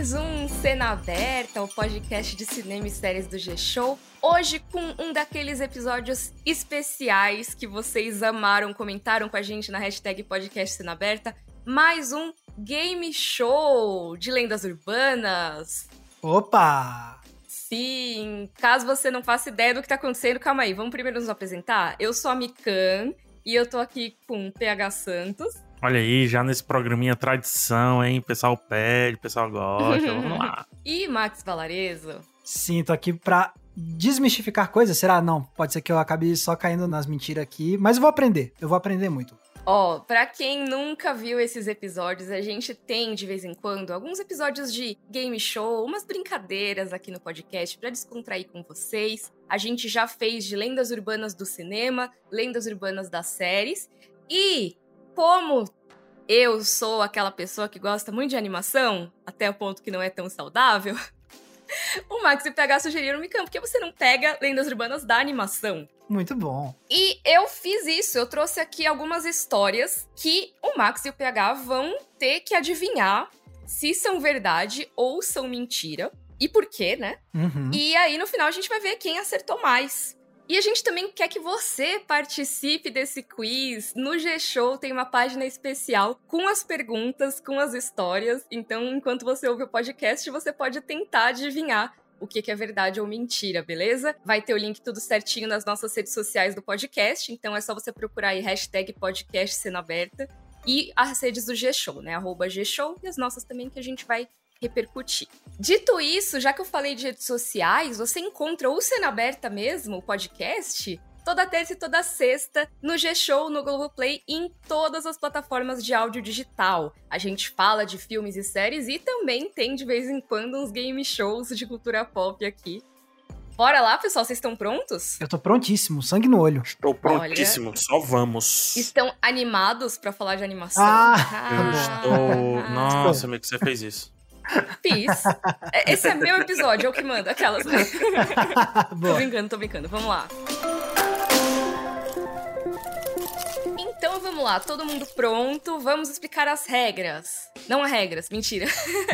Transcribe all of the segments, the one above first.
mais um Cena Aberta, o podcast de cinema e séries do G-Show. Hoje com um daqueles episódios especiais que vocês amaram, comentaram com a gente na hashtag podcast Cena Aberta. Mais um game show de lendas urbanas. Opa! Sim, caso você não faça ideia do que tá acontecendo, calma aí, vamos primeiro nos apresentar? Eu sou a Mikan e eu tô aqui com o PH Santos. Olha aí, já nesse programinha tradição, hein? O pessoal pede, o pessoal gosta, vamos lá. E Max Valarezo. Sim, tô aqui pra desmistificar coisas, será? Não, pode ser que eu acabe só caindo nas mentiras aqui, mas eu vou aprender muito. Ó, pra quem nunca viu esses episódios, a gente tem, de vez em quando, alguns episódios de game show, umas brincadeiras aqui no podcast pra descontrair com vocês. A gente já fez de lendas urbanas do cinema, lendas urbanas das séries. E, como eu sou aquela pessoa que gosta muito de animação, até o ponto que não é tão saudável, o Max e o PH sugeriram, Mikan, por que você não pega lendas urbanas da animação? Muito bom. E eu fiz isso, eu trouxe aqui algumas histórias que o Max e o PH vão ter que adivinhar se são verdade ou são mentira. E por quê, né? Uhum. E aí, no final, a gente vai ver quem acertou mais. E a gente também quer que você participe desse quiz. No G-Show tem uma página especial com as perguntas, com as histórias. Então, enquanto você ouve o podcast, você pode tentar adivinhar o que é verdade ou mentira, beleza? Vai ter o link tudo certinho nas nossas redes sociais do podcast, então é só você procurar aí hashtag podcast Cena Aberta e as redes do G-Show, né? @G-Show e as nossas também que a gente vai repercutir. Dito isso, já que eu falei de redes sociais, você encontra o Cena Aberta mesmo, o podcast, toda terça e toda sexta, no G-Show, no Globoplay e em todas as plataformas de áudio digital. A gente fala de filmes e séries e também tem, de vez em quando, uns game shows de cultura pop aqui. Bora lá, pessoal, vocês estão prontos? Eu tô prontíssimo, sangue no olho. Estou prontíssimo, Olha, só vamos. estão animados pra falar de animação? Eu estou... Nossa, amigo, você fez isso. Fiz. Esse é meu episódio, é o que manda, aquelas. Boa. Tô brincando, vamos lá. Então vamos lá, todo mundo pronto, vamos explicar as regras. Não as regras, mentira.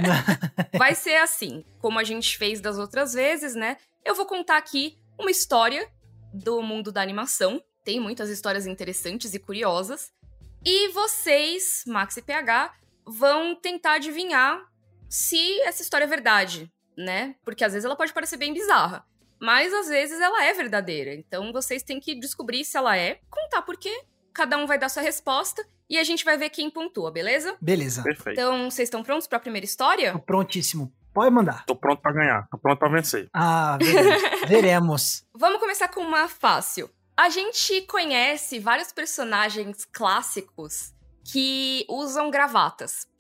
Vai ser assim, como a gente fez das outras vezes, né? Eu vou contar aqui uma história do mundo da animação. Tem muitas histórias interessantes e curiosas. E vocês, Max e PH, vão tentar adivinhar se essa história é verdade, né? Porque às vezes ela pode parecer bem bizarra, mas às vezes ela é verdadeira. Então vocês têm que descobrir se ela é, contar por quê. Cada um vai dar sua resposta e a gente vai ver quem pontua, beleza? Beleza. Perfeito. Então, vocês estão prontos para a primeira história? Tô prontíssimo. Pode mandar. Tô pronto pra ganhar, tô pronto pra vencer. Ah, beleza. Veremos. Vamos começar com uma fácil. A gente conhece vários personagens clássicos que usam gravatas.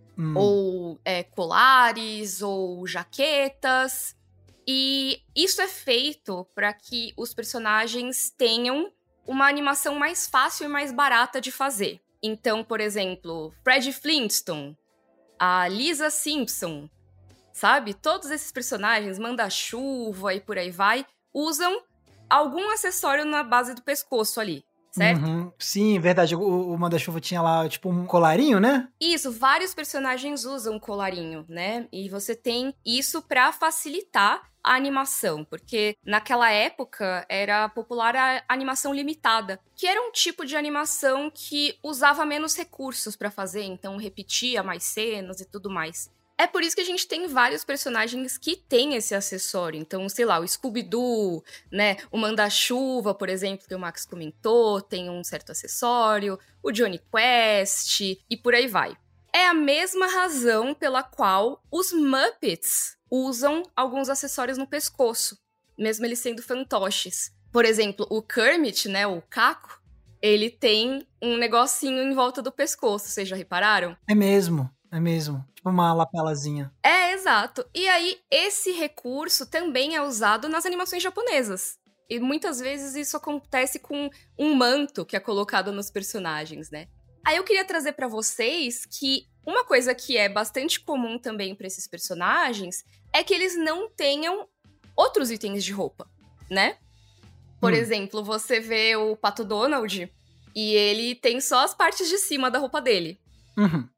Ou colares, ou jaquetas. E isso é feito para que os personagens tenham uma animação mais fácil e mais barata de fazer. Então, por exemplo, Fred Flintstone, a Lisa Simpson, sabe? Todos esses personagens, Manda-Chuva e por aí vai, usam algum acessório na base do pescoço ali, certo? Uhum. Sim, verdade. O Manda-Chuva tinha lá, tipo, um colarinho, né? Isso, vários personagens usam colarinho, né? E você tem isso pra facilitar a animação, porque naquela época era popular a animação limitada, que era um tipo de animação que usava menos recursos pra fazer, então repetia mais cenas e tudo mais. É por isso que a gente tem vários personagens que têm esse acessório. Então, sei lá, o Scooby-Doo, né? O Manda-Chuva, por exemplo, que o Max comentou, tem um certo acessório. O Johnny Quest e por aí vai. É a mesma razão pela qual os Muppets usam alguns acessórios no pescoço, mesmo eles sendo fantoches. Por exemplo, o Kermit, né? O Caco, ele tem um negocinho em volta do pescoço. Vocês já repararam? É mesmo. Tipo uma lapelazinha. É, exato. E aí, esse recurso também é usado nas animações japonesas. E muitas vezes isso acontece com um manto que é colocado nos personagens, né? Aí eu queria trazer pra vocês que uma coisa que é bastante comum também pra esses personagens é que eles não tenham outros itens de roupa, né? Por exemplo, você vê o Pato Donald e ele tem só as partes de cima da roupa dele. Uhum.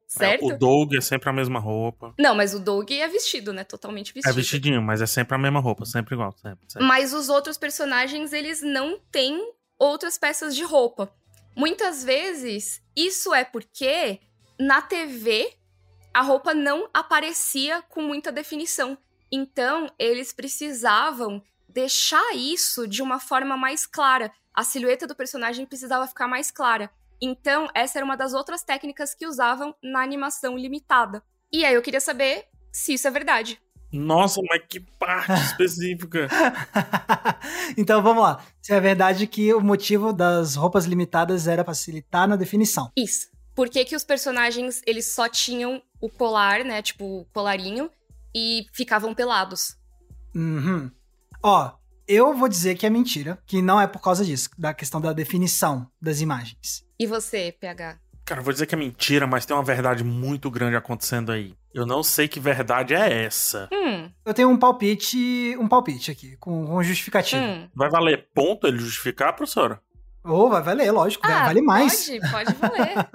certo? O Doug é sempre a mesma roupa. Não, mas o Doug é vestido, né? Totalmente vestido. É vestidinho, mas é sempre a mesma roupa, sempre igual, sempre. Mas os outros personagens, eles não têm outras peças de roupa. Muitas vezes, isso é porque na TV a roupa não aparecia com muita definição. Então, eles precisavam deixar isso de uma forma mais clara. A silhueta do personagem precisava ficar mais clara. Então, essa era uma das outras técnicas que usavam na animação limitada. E aí eu queria saber se isso é verdade. Nossa, mas que parte específica. Então vamos lá. Se é verdade que o motivo das roupas limitadas era facilitar na definição. Isso. Por que os personagens, eles só tinham o colar, né? Tipo, o colarinho, e ficavam pelados? Uhum. Ó, eu vou dizer que é mentira, que não é por causa disso, da questão da definição das imagens. E você, PH? Cara, eu vou dizer que é mentira, mas tem uma verdade muito grande acontecendo aí. Eu não sei que verdade é essa. Eu tenho um palpite aqui, com justificativo. Vai valer ponto ele justificar, professora? Ou vai valer, lógico, vale mais. Pode valer.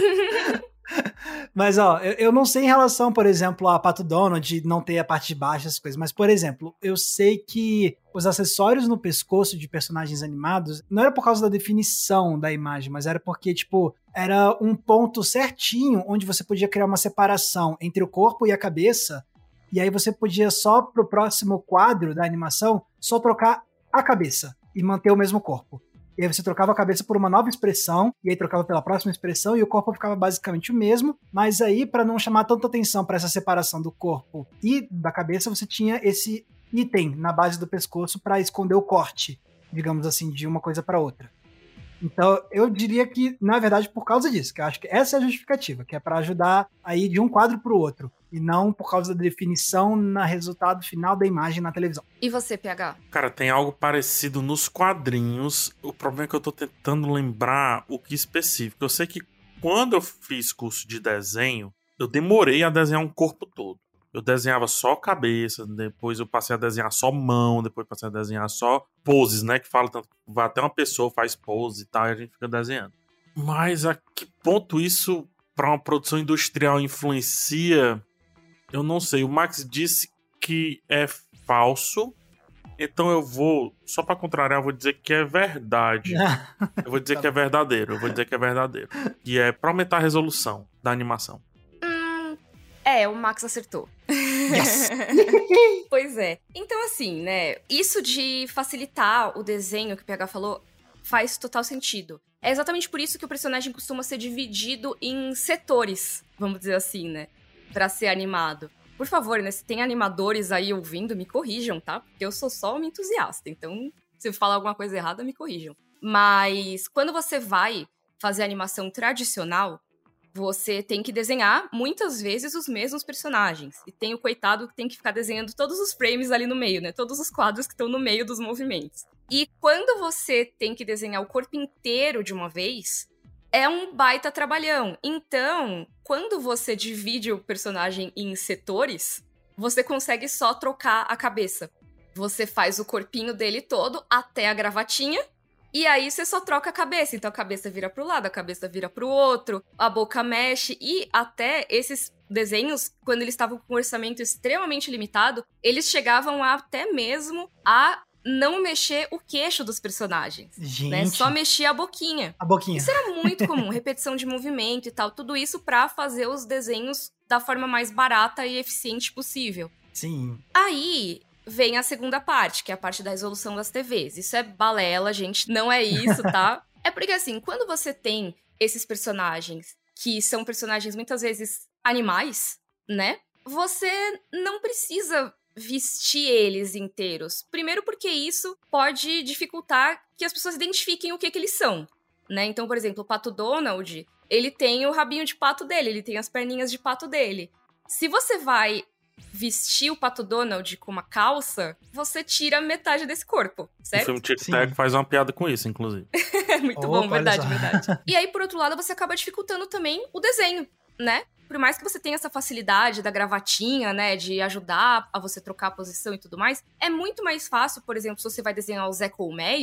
Mas, ó, eu não sei em relação, por exemplo, a Pato Donald não ter a parte de baixo, essas coisas. Mas, por exemplo, eu sei que os acessórios no pescoço de personagens animados não era por causa da definição da imagem, mas era porque, tipo, era um ponto certinho onde você podia criar uma separação entre o corpo e a cabeça. E aí você podia só pro próximo quadro da animação só trocar a cabeça e manter o mesmo corpo. E aí você trocava a cabeça por uma nova expressão, e aí trocava pela próxima expressão, e o corpo ficava basicamente o mesmo, mas aí, para não chamar tanta atenção para essa separação do corpo e da cabeça, você tinha esse item na base do pescoço para esconder o corte, digamos assim, de uma coisa para outra. Então, eu diria que, na verdade, por causa disso, que eu acho que essa é a justificativa, que é para ajudar a ir de um quadro para o outro, e não por causa da definição no resultado final da imagem na televisão. E você, PH? Cara, tem algo parecido nos quadrinhos. O problema é que eu tô tentando lembrar o que específico. Eu sei que quando eu fiz curso de desenho, eu demorei a desenhar um corpo todo. Eu desenhava só cabeça, depois eu passei a desenhar só mão, depois passei a desenhar só poses, né? Que fala tanto, vai até uma pessoa, faz pose e tal, e a gente fica desenhando. Mas a que ponto isso para uma produção industrial influencia? Eu não sei. O Max disse que é falso, então eu vou, só pra contrariar, eu vou dizer que é verdade. Eu vou dizer que é verdadeiro, Que é pra aumentar a resolução da animação. O Max acertou. Yes! Pois é. Então, assim, né, isso de facilitar o desenho que o PH falou faz total sentido. É exatamente por isso que o personagem costuma ser dividido em setores, vamos dizer assim, né, pra ser animado. Por favor, né, se tem animadores aí ouvindo, me corrijam, tá? Porque eu sou só uma entusiasta, então se eu falar alguma coisa errada, me corrijam. Mas quando você vai fazer animação tradicional, você tem que desenhar, muitas vezes, os mesmos personagens. E tem o coitado que tem que ficar desenhando todos os frames ali no meio, né? Todos os quadros que estão no meio dos movimentos. E quando você tem que desenhar o corpo inteiro de uma vez, é um baita trabalhão. Então, quando você divide o personagem em setores, você consegue só trocar a cabeça. Você faz o corpinho dele todo até a gravatinha, e aí você só troca a cabeça. Então a cabeça vira pro lado, a cabeça vira pro outro, a boca mexe. E até esses desenhos, quando eles estavam com um orçamento extremamente limitado, eles chegavam até mesmo a não mexer o queixo dos personagens. Gente. Né? Só mexer a boquinha. A boquinha. Isso era muito comum, repetição de movimento e tal. Tudo isso pra fazer os desenhos da forma mais barata e eficiente possível. Sim. Aí vem a segunda parte, que é a parte da resolução das TVs. Isso é balela, gente, não é isso, tá? É porque, assim, quando você tem esses personagens, que são personagens muitas vezes animais, né? Você não precisa vestir eles inteiros. Primeiro porque isso pode dificultar que as pessoas identifiquem o que eles são, né? Então, por exemplo, o Pato Donald, ele tem o rabinho de pato dele, ele tem as perninhas de pato dele. Se você vai vestir o Pato Donald com uma calça, você tira metade desse corpo, certo? O filme Tic Tac faz uma piada com isso, inclusive. Muito bom, verdade. E aí, por outro lado, você acaba dificultando também o desenho, né? Por mais que você tenha essa facilidade da gravatinha, né, de ajudar a você trocar a posição e tudo mais, é muito mais fácil, por exemplo, se você vai desenhar o Zé Colmeia,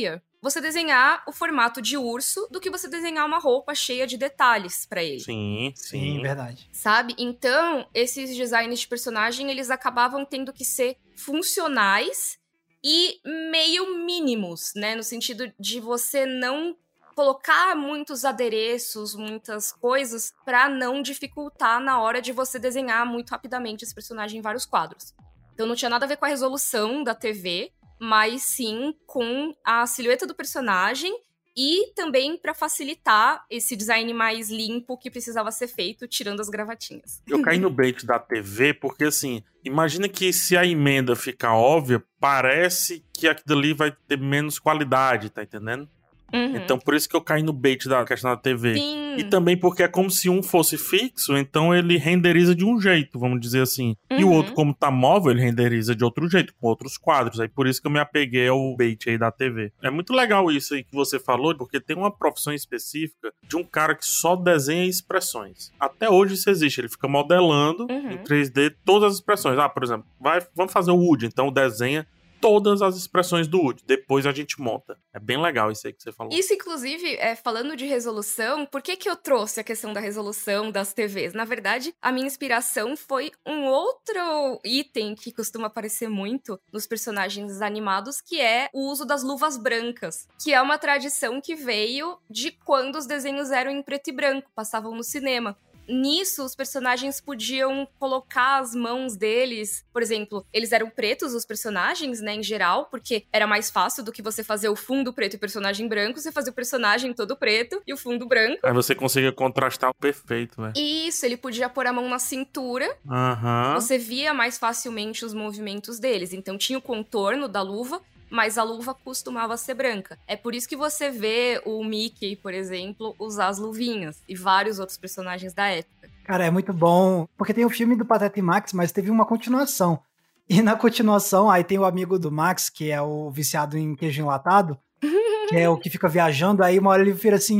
você desenhar o formato de urso do que você desenhar uma roupa cheia de detalhes pra ele. Sim, verdade. Sabe? Então, esses designs de personagem, eles acabavam tendo que ser funcionais e meio mínimos, né? No sentido de você não colocar muitos adereços, muitas coisas, pra não dificultar na hora de você desenhar muito rapidamente esse personagem em vários quadros. Então não tinha nada a ver com a resolução da TV, mas sim com a silhueta do personagem e também pra facilitar esse design mais limpo que precisava ser feito, tirando as gravatinhas. Eu caí no bait da TV porque, assim, imagina que se a emenda ficar óbvia, parece que aquilo ali vai ter menos qualidade, tá entendendo? Então, por isso que eu caí no bait da questão da TV. Sim. E também porque é como se um fosse fixo, então ele renderiza de um jeito, vamos dizer assim. E o outro, como tá móvel, ele renderiza de outro jeito, com outros quadros. Aí por isso que eu me apeguei ao bait aí da TV. É muito legal isso aí que você falou, porque tem uma profissão específica de um cara que só desenha expressões. Até hoje isso existe, ele fica modelando em 3D todas as expressões. Por exemplo, vamos fazer o Woody, então desenha todas as expressões do Woody. Depois a gente monta. É bem legal isso aí que você falou. Isso, inclusive, falando de resolução, por que eu trouxe a questão da resolução das TVs? Na verdade, a minha inspiração foi um outro item que costuma aparecer muito nos personagens animados, que é o uso das luvas brancas, que é uma tradição que veio de quando os desenhos eram em preto e branco, passavam no cinema. Nisso, os personagens podiam colocar as mãos deles. Por exemplo, eles eram pretos, os personagens, né, em geral, porque era mais fácil do que você fazer o fundo preto e o personagem branco. Você fazia o personagem todo preto e o fundo branco. Aí você conseguia contrastar perfeito, né? Isso, ele podia pôr a mão na cintura. Você via mais facilmente os movimentos deles. Então tinha o contorno da luva, mas a luva costumava ser branca. É por isso que você vê o Mickey, por exemplo, usar as luvinhas e vários outros personagens da época. Cara, é muito bom, porque tem o filme do Pateta e Max, mas teve uma continuação. E na continuação, aí tem o amigo do Max, que é o viciado em queijo enlatado, que é o que fica viajando, aí uma hora ele vira assim,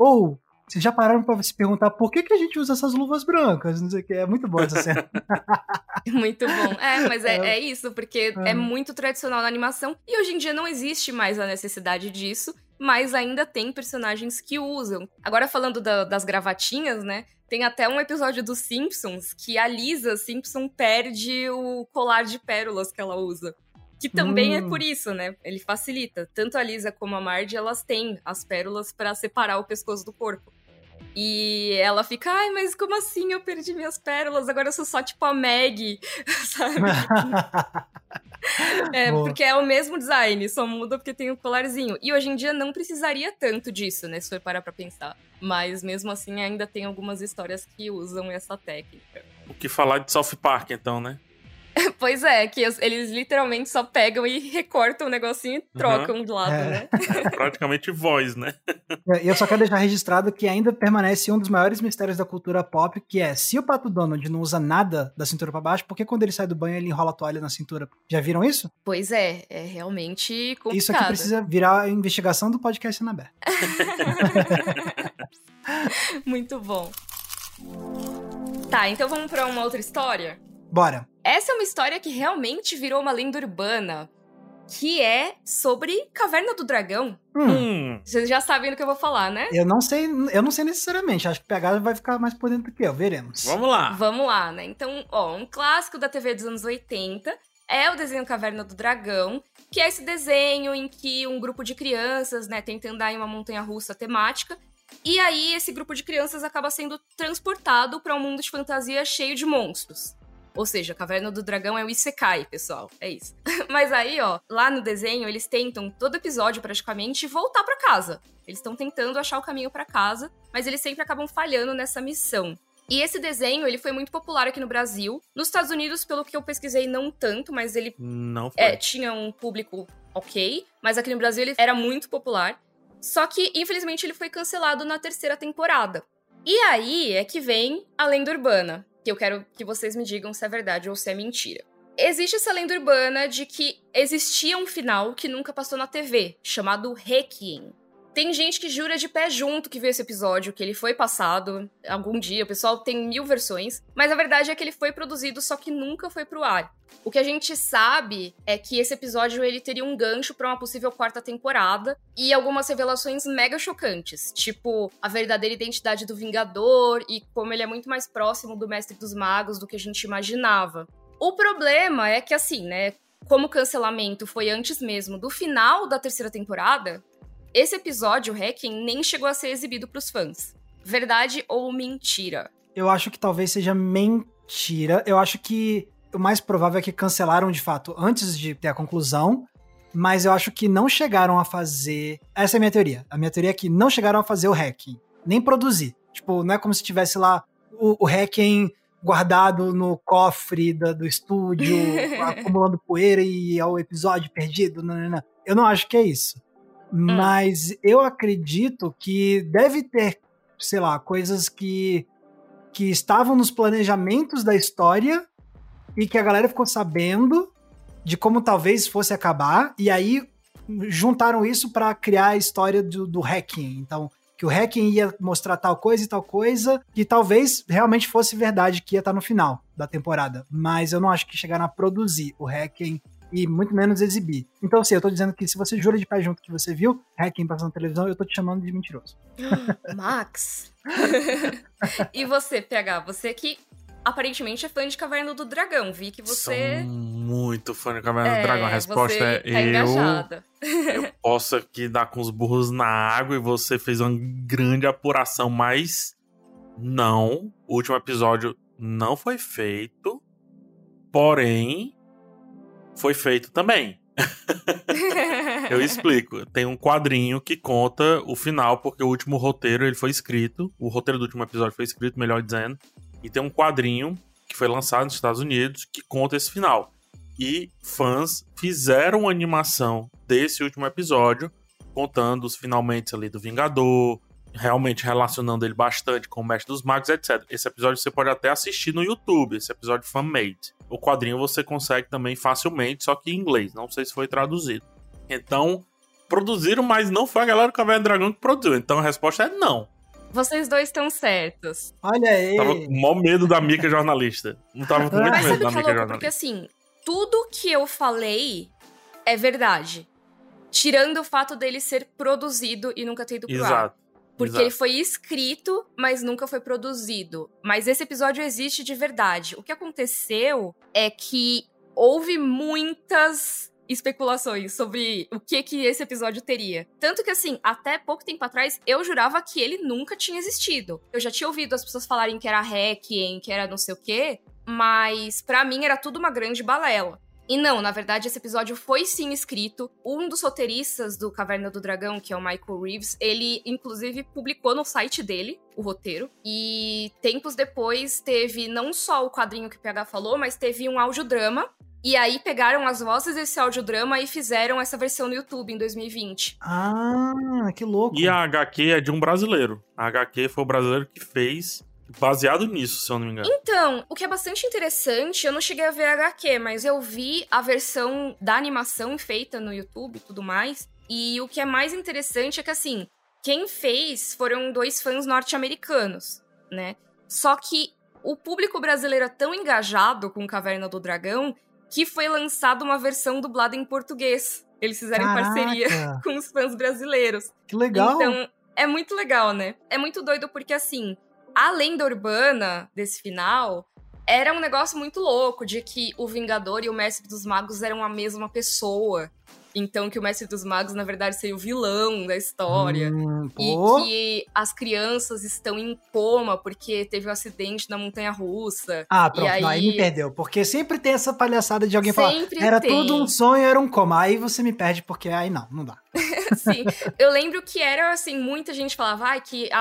vocês já pararam pra se perguntar por que a gente usa essas luvas brancas? Não sei o que, é muito bom essa cena. Muito bom. Mas é isso, porque é muito tradicional na animação e hoje em dia não existe mais a necessidade disso, mas ainda tem personagens que usam. Agora falando das gravatinhas, né? Tem até um episódio dos Simpsons que a Lisa Simpson perde o colar de pérolas que ela usa. Que também é por isso, né? Ele facilita. Tanto a Lisa como a Marge, elas têm as pérolas pra separar o pescoço do corpo. E ela fica, mas como assim eu perdi minhas pérolas? Agora eu sou só tipo a Maggie, sabe? Porque é o mesmo design, só muda porque tem o colarzinho. E hoje em dia não precisaria tanto disso, né? Se for parar pra pensar. Mas mesmo assim ainda tem algumas histórias que usam essa técnica. O que falar de South Park, então, né? Pois é, que eles literalmente só pegam e recortam o negocinho e trocam de lado, né? É praticamente voz, né? E eu só quero deixar registrado que ainda permanece um dos maiores mistérios da cultura pop, que é, se o Pato Donald não usa nada da cintura pra baixo, por que quando ele sai do banho ele enrola a toalha na cintura? Já viram isso? Pois é realmente complicado. Isso aqui precisa virar a investigação do podcast na Aberta. Muito bom. Tá, então vamos pra uma outra história? Bora. Essa é uma história que realmente virou uma lenda urbana, que é sobre Caverna do Dragão. Vocês já sabem do que eu vou falar, né? Eu não sei necessariamente, acho que o PH vai ficar mais por dentro do que eu, veremos. Vamos lá. Vamos lá, né? Então, um clássico da TV dos anos 80 é o desenho Caverna do Dragão, que é esse desenho em que um grupo de crianças, né, tenta andar em uma montanha-russa temática, e aí esse grupo de crianças acaba sendo transportado para um mundo de fantasia cheio de monstros. Ou seja, a Caverna do Dragão é o Isekai, pessoal. É isso. Mas aí, lá no desenho, eles tentam, todo episódio praticamente, voltar pra casa. Eles estão tentando achar o caminho pra casa, mas eles sempre acabam falhando nessa missão. E esse desenho, ele foi muito popular aqui no Brasil. Nos Estados Unidos, pelo que eu pesquisei, não tanto, mas ele não foi. Tinha um público ok. Mas aqui no Brasil, ele era muito popular. Só que, infelizmente, ele foi cancelado na 3ª temporada. E aí é que vem a lenda urbana, que eu quero que vocês me digam se é verdade ou se é mentira. Existe essa lenda urbana de que existia um final que nunca passou na TV, chamado Requiem. Tem gente que jura de pé junto que viu esse episódio, que ele foi passado algum dia, o pessoal tem 1000 versões, mas a verdade é que ele foi produzido, só que nunca foi pro ar. O que a gente sabe é que esse episódio ele teria um gancho pra uma possível 4ª temporada e algumas revelações mega chocantes, tipo a verdadeira identidade do Vingador e como ele é muito mais próximo do Mestre dos Magos do que a gente imaginava. O problema é que assim, né, como o cancelamento foi antes mesmo do final da 3ª temporada, esse episódio, Hacking, nem chegou a ser exibido pros fãs. Verdade ou mentira? Eu acho que talvez seja mentira. Eu acho que o mais provável é que cancelaram de fato antes de ter a conclusão, mas eu acho que não chegaram a fazer... Essa é a minha teoria. A minha teoria é que não chegaram a fazer o Hacking, nem produzir. Tipo, não é como se tivesse lá o Hacking guardado no cofre do estúdio, acumulando poeira e é o episódio perdido. Não. Eu não acho que é isso. Mas eu acredito que deve ter, sei lá, coisas que estavam nos planejamentos da história e que a galera ficou sabendo de como talvez fosse acabar, e aí juntaram isso pra criar a história do Hacking. Então, que o Hacking ia mostrar tal coisa e tal coisa, que talvez realmente fosse verdade que ia estar no final da temporada. Mas eu não acho que chegaram a produzir o Hacking e muito menos exibir. Então, assim, eu tô dizendo que se você jura de pé junto que você viu Hacking passando na televisão, eu tô te chamando de mentiroso. Max! E você, PH? Você que aparentemente é fã de Caverna do Dragão. Vi que você... Sou muito fã de Caverna do Dragão. A resposta é tá engajada. Eu posso aqui dar com os burros na água e você fez uma grande apuração, mas não. O último episódio não foi feito, porém foi feito também. Eu explico. Tem um quadrinho que conta o final, porque o último roteiro ele foi escrito. O roteiro do último episódio foi escrito, melhor dizendo. E tem um quadrinho que foi lançado nos Estados Unidos que conta esse final. E fãs fizeram uma animação desse último episódio, contando os finalmente ali do Vingador, realmente relacionando ele bastante com o Mestre dos Magos, etc. Esse episódio você pode até assistir no YouTube, esse episódio fan-made. O quadrinho você consegue também facilmente, só que em inglês, não sei se foi traduzido. Então, produziram, mas não foi a galera do Caverna do Dragão que produziu. Então a resposta é não. Vocês dois estão certos. Olha aí. Tava com o maior medo da Mika jornalista. Não tava com muito Mas medo sabe da o que é Mika louco? Porque jornalista. assim, tudo que eu falei é verdade. Tirando o fato dele ser produzido e nunca ter ido pro ar. Exato. Porque Exato. ele foi escrito, mas nunca foi produzido. Mas esse episódio existe de verdade. O que aconteceu é que houve muitas especulações sobre o que esse episódio teria. Tanto que, assim, até pouco tempo atrás, eu jurava que ele nunca tinha existido. Eu já tinha ouvido as pessoas falarem que era Hacking, que era não sei o quê, mas pra mim era tudo uma grande balela. E não, na verdade, esse episódio foi sim escrito. Um dos roteiristas do Caverna do Dragão, que é o Michael Reeves, ele, inclusive, publicou no site dele o roteiro. E tempos depois teve não só o quadrinho que o PH falou, mas teve um audiodrama. E aí pegaram as vozes desse audiodrama e fizeram essa versão no YouTube em 2020. Ah, que louco. E a HQ é de um brasileiro. A HQ foi o brasileiro que fez, baseado nisso, se eu não me engano. Então, o que é bastante interessante, eu não cheguei a ver a HQ, mas eu vi a versão da animação feita no YouTube e tudo mais. E o que é mais interessante é que, assim, quem fez foram 2 fãs norte-americanos, né? Só que o público brasileiro é tão engajado com Caverna do Dragão que foi lançada uma versão dublada em português. Eles fizeram parceria com os fãs brasileiros. Que legal! Então, é muito legal, né? É muito doido porque, assim, a lenda urbana desse final era um negócio muito louco, de que o Vingador e o Mestre dos Magos eram a mesma pessoa. Então, que o Mestre dos Magos, na verdade, seria o vilão da história. E que as crianças estão em coma porque teve um acidente na montanha-russa. Ah, pronto. E aí... Não, aí me perdeu. Porque sempre tem essa palhaçada de alguém falar, era tem. tudo um sonho, era um coma. Aí você me perde, porque aí não dá. Sim. Eu lembro que era, assim, muita gente falava que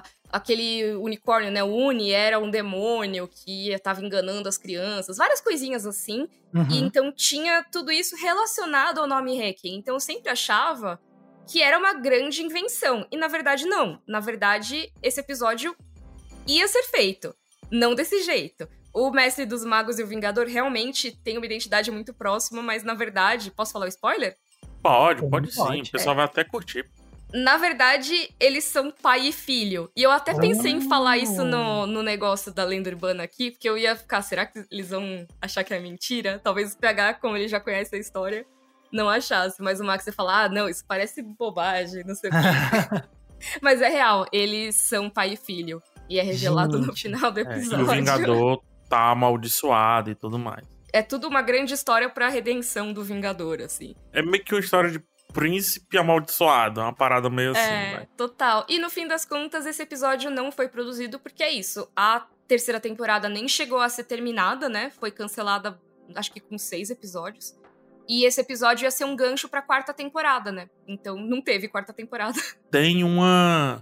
aquele unicórnio, né, o Uni, era um demônio que estava enganando as crianças, várias coisinhas assim. Uhum. E então tinha tudo isso relacionado ao nome Hacking. Então eu sempre achava que era uma grande invenção. E na verdade não. Na verdade, esse episódio ia ser feito. Não desse jeito. O Mestre dos Magos e o Vingador realmente têm uma identidade muito próxima, mas na verdade... Posso falar o spoiler? Pode sim. O pessoal vai até curtir. Na verdade, eles são pai e filho. E eu até pensei em falar isso no negócio da lenda urbana aqui, porque eu ia ficar, será que eles vão achar que é mentira? Talvez o PH, como ele já conhece a história, não achasse. Mas o Max ia falar, não, isso parece bobagem, não sei o quê. Mas é real, eles são pai e filho. E é revelado no final do episódio. E o Vingador tá amaldiçoado e tudo mais. É tudo uma grande história pra redenção do Vingador, assim. É meio que uma história de príncipe amaldiçoado, uma parada meio assim, vai. Total. E no fim das contas, esse episódio não foi produzido porque é isso. A terceira temporada nem chegou a ser terminada, né? Foi cancelada, acho que com 6 episódios. E esse episódio ia ser um gancho pra quarta temporada, né? Então não teve quarta temporada. Tem uma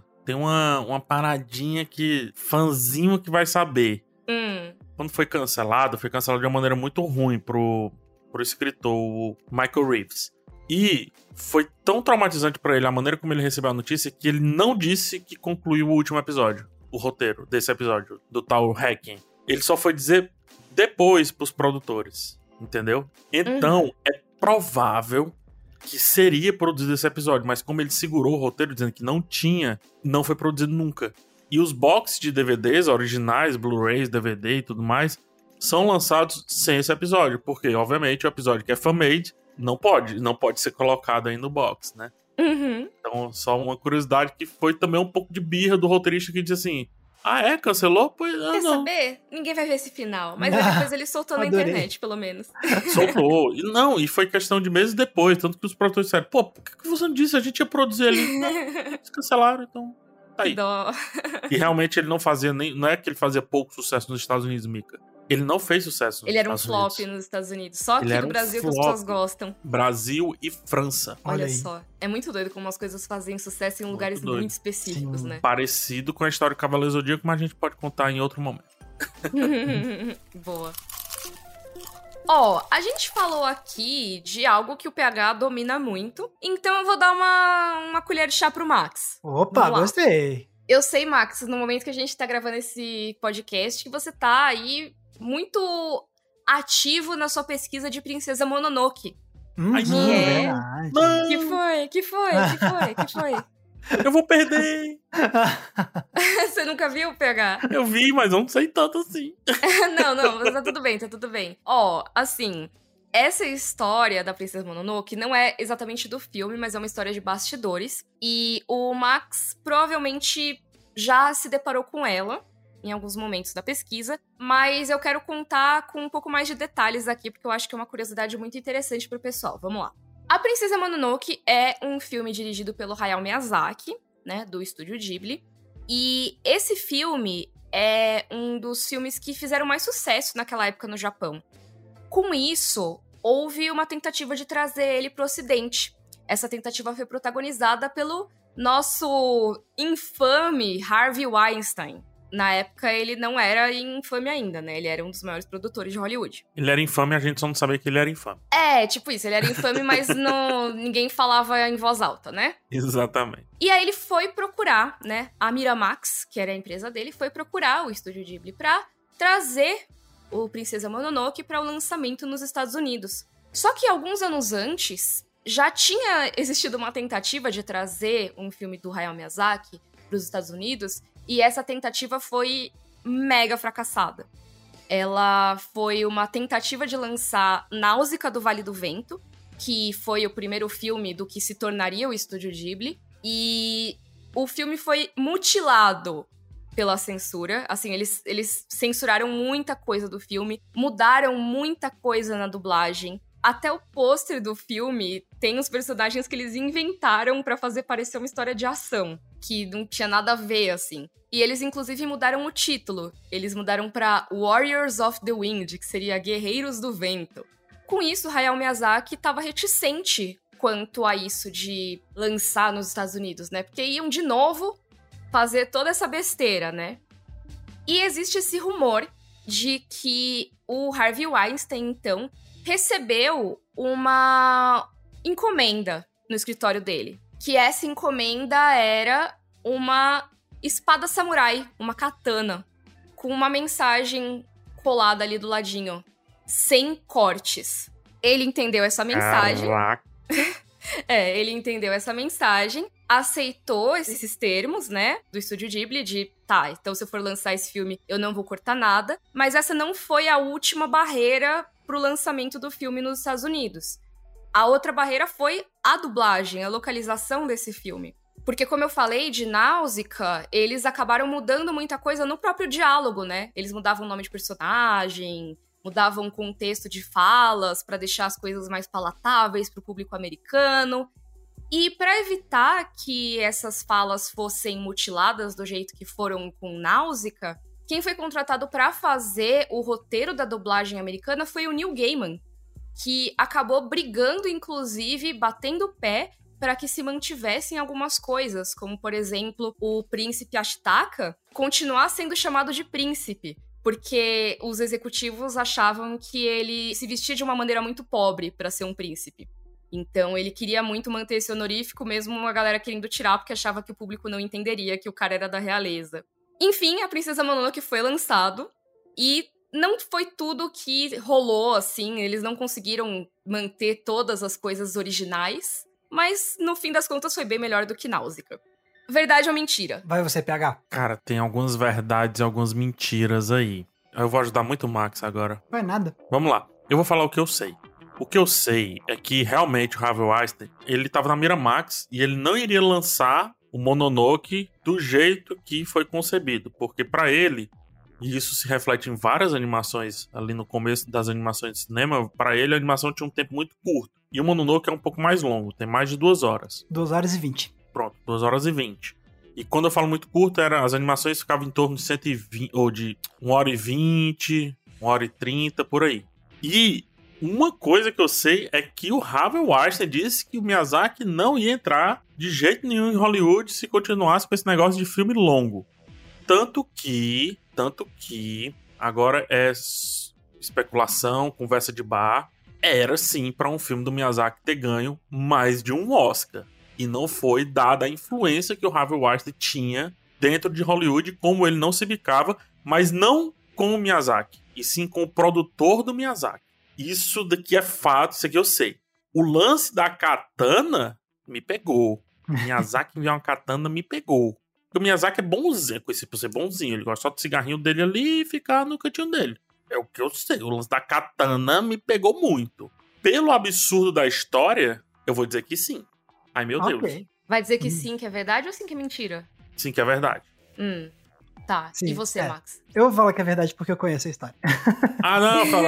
paradinha que fãzinho que vai saber. Quando foi cancelado de uma maneira muito ruim pro escritor, o Michael Reeves. E foi tão traumatizante pra ele a maneira como ele recebeu a notícia que ele não disse que concluiu o último episódio, o roteiro desse episódio, do tal Hacking. Ele só foi dizer depois pros produtores, entendeu? Então, é provável que seria produzido esse episódio, mas como ele segurou o roteiro dizendo que não foi produzido nunca. E os boxes de DVDs originais, Blu-rays, DVD e tudo mais, são lançados sem esse episódio, porque, obviamente, o episódio que é fan-made não pode ser colocado aí no box, né? Então, só uma curiosidade que foi também um pouco de birra do roteirista que disse assim, cancelou? Pois Quer não. Saber? Ninguém vai ver esse final, mas depois ele soltou na internet, pelo menos. Soltou. E foi questão de meses depois, tanto que os produtores disseram, pô, por que você não disse? A gente ia produzir ali. Eles cancelaram, então tá aí. Dó. E realmente ele não fazia não é que ele fazia pouco sucesso nos Estados Unidos, Mika. Ele não fez sucesso nos Ele era um Estados flop Unidos. nos Estados Unidos. Só aqui no Brasil que as pessoas gostam. Brasil e França. Olha só. É muito doido como as coisas fazem sucesso em lugares muito específicos, né? Parecido com a história do Cavaleiro Zodíaco, mas a gente pode contar em outro momento. Boa. A gente falou aqui de algo que o PH domina muito, então eu vou dar uma colher de chá pro Max. Opa, gostei. Eu sei, Max, no momento que a gente tá gravando esse podcast, que você tá aí muito ativo na sua pesquisa de Princesa Mononoke. Verdade. Que foi? Eu vou perder. Você nunca viu, PH? Eu vi, mas eu não sei tanto assim. Não, mas tá tudo bem. Assim, essa história da Princesa Mononoke não é exatamente do filme, mas é uma história de bastidores. E o Max provavelmente já se deparou com ela em alguns momentos da pesquisa, mas eu quero contar com um pouco mais de detalhes aqui, porque eu acho que é uma curiosidade muito interessante pro pessoal. Vamos lá. A Princesa Mononoke é um filme dirigido pelo Hayao Miyazaki, né, do estúdio Ghibli. E esse filme é um dos filmes que fizeram mais sucesso naquela época no Japão. Com isso, houve uma tentativa de trazer ele pro Ocidente. Essa tentativa foi protagonizada pelo nosso infame Harvey Weinstein. Na época, ele não era infame ainda, né? Ele era um dos maiores produtores de Hollywood. Ele era infame, a gente só não sabia que ele era infame. Tipo isso. Ele era infame, mas ninguém falava em voz alta, né? Exatamente. E aí ele foi procurar, né? A Miramax, que era a empresa dele, foi procurar o estúdio Ghibli pra trazer o Princesa Mononoke para o lançamento nos Estados Unidos. Só que alguns anos antes, já tinha existido uma tentativa de trazer um filme do Hayao Miyazaki para os Estados Unidos, e essa tentativa foi mega fracassada. Ela foi uma tentativa de lançar Náusea do Vale do Vento, que foi o primeiro filme do que se tornaria o estúdio Ghibli, e o filme foi mutilado pela censura. Assim, eles censuraram muita coisa do filme, mudaram muita coisa na dublagem. Até o pôster do filme tem os personagens que eles inventaram pra fazer parecer uma história de ação, que não tinha nada a ver, assim. E eles, inclusive, mudaram o título. Eles mudaram pra Warriors of the Wind, que seria Guerreiros do Vento. Com isso, Hayao Miyazaki estava reticente quanto a isso de lançar nos Estados Unidos, né? Porque iam, de novo, fazer toda essa besteira, né? E existe esse rumor de que o Harvey Weinstein, então, recebeu uma encomenda no escritório dele. Que essa encomenda era uma espada samurai, uma katana, com uma mensagem colada ali do ladinho, sem cortes. Ele entendeu essa mensagem. Caraca. Ele entendeu essa mensagem, aceitou esses termos, né, do Estúdio Ghibli, de tá, então se eu for lançar esse filme, eu não vou cortar nada, mas essa não foi a última barreira pro lançamento do filme nos Estados Unidos. A outra barreira foi a dublagem, a localização desse filme. Porque, como eu falei, de Náusea, eles acabaram mudando muita coisa no próprio diálogo, né? Eles mudavam o nome de personagem, mudavam o contexto de falas para deixar as coisas mais palatáveis para o público americano. E para evitar que essas falas fossem mutiladas do jeito que foram com Náusea, quem foi contratado para fazer o roteiro da dublagem americana foi o Neil Gaiman, que acabou brigando, inclusive, batendo o pé para que se mantivessem algumas coisas, como, por exemplo, o príncipe Ashitaka continuar sendo chamado de príncipe, porque os executivos achavam que ele se vestia de uma maneira muito pobre para ser um príncipe. Então ele queria muito manter esse honorífico, mesmo a galera querendo tirar, porque achava que o público não entenderia que o cara era da realeza. Enfim, a Princesa Mononoke foi lançado, e não foi tudo que rolou, assim, eles não conseguiram manter todas as coisas originais, mas no fim das contas foi bem melhor do que Náusea. Verdade ou mentira? Vai você, PH? Cara, tem algumas verdades e algumas mentiras aí. Eu vou ajudar muito o Max agora. Vai nada. Vamos lá. Eu vou falar o que eu sei. O que eu sei é que realmente o Harvey Weinstein, ele tava na Miramax e ele não iria lançar o Mononoke do jeito que foi concebido, porque pra ele, e isso se reflete em várias animações ali no começo das animações de cinema, pra ele a animação tinha um tempo muito curto. E o Mononoke é um pouco mais longo, tem mais de 2 horas. 2 horas e 20. Pronto, 2 horas e 20. E quando eu falo muito curto, as animações ficavam em torno de 120, ou de 1 hora e 20, 1 hora e 30, por aí. E uma coisa que eu sei é que o Harvey Weinstein disse que o Miyazaki não ia entrar de jeito nenhum em Hollywood se continuasse com esse negócio de filme longo. Tanto que, agora é especulação, conversa de bar, era sim para um filme do Miyazaki ter ganho mais de um Oscar. E não foi dada a influência que o Harvey Weinstein tinha dentro de Hollywood, como ele não se bicava, mas não com o Miyazaki, e sim com o produtor do Miyazaki. Isso daqui é fato, isso aqui eu sei. O lance da katana me pegou. Miyazaki enviar uma katana me pegou. Porque o Miyazaki é bonzinho, conhecido por ser bonzinho. Ele gosta só do cigarrinho dele ali e ficar no cantinho dele. É o que eu sei. O lance da katana me pegou muito. Pelo absurdo da história, eu vou dizer que sim. Ai, meu Deus. Vai dizer que sim, que é verdade, ou sim que é mentira? Sim, que é verdade. Tá. Sim, E você, Max? Eu vou falar que é verdade porque eu conheço a história. Ah, não, fala.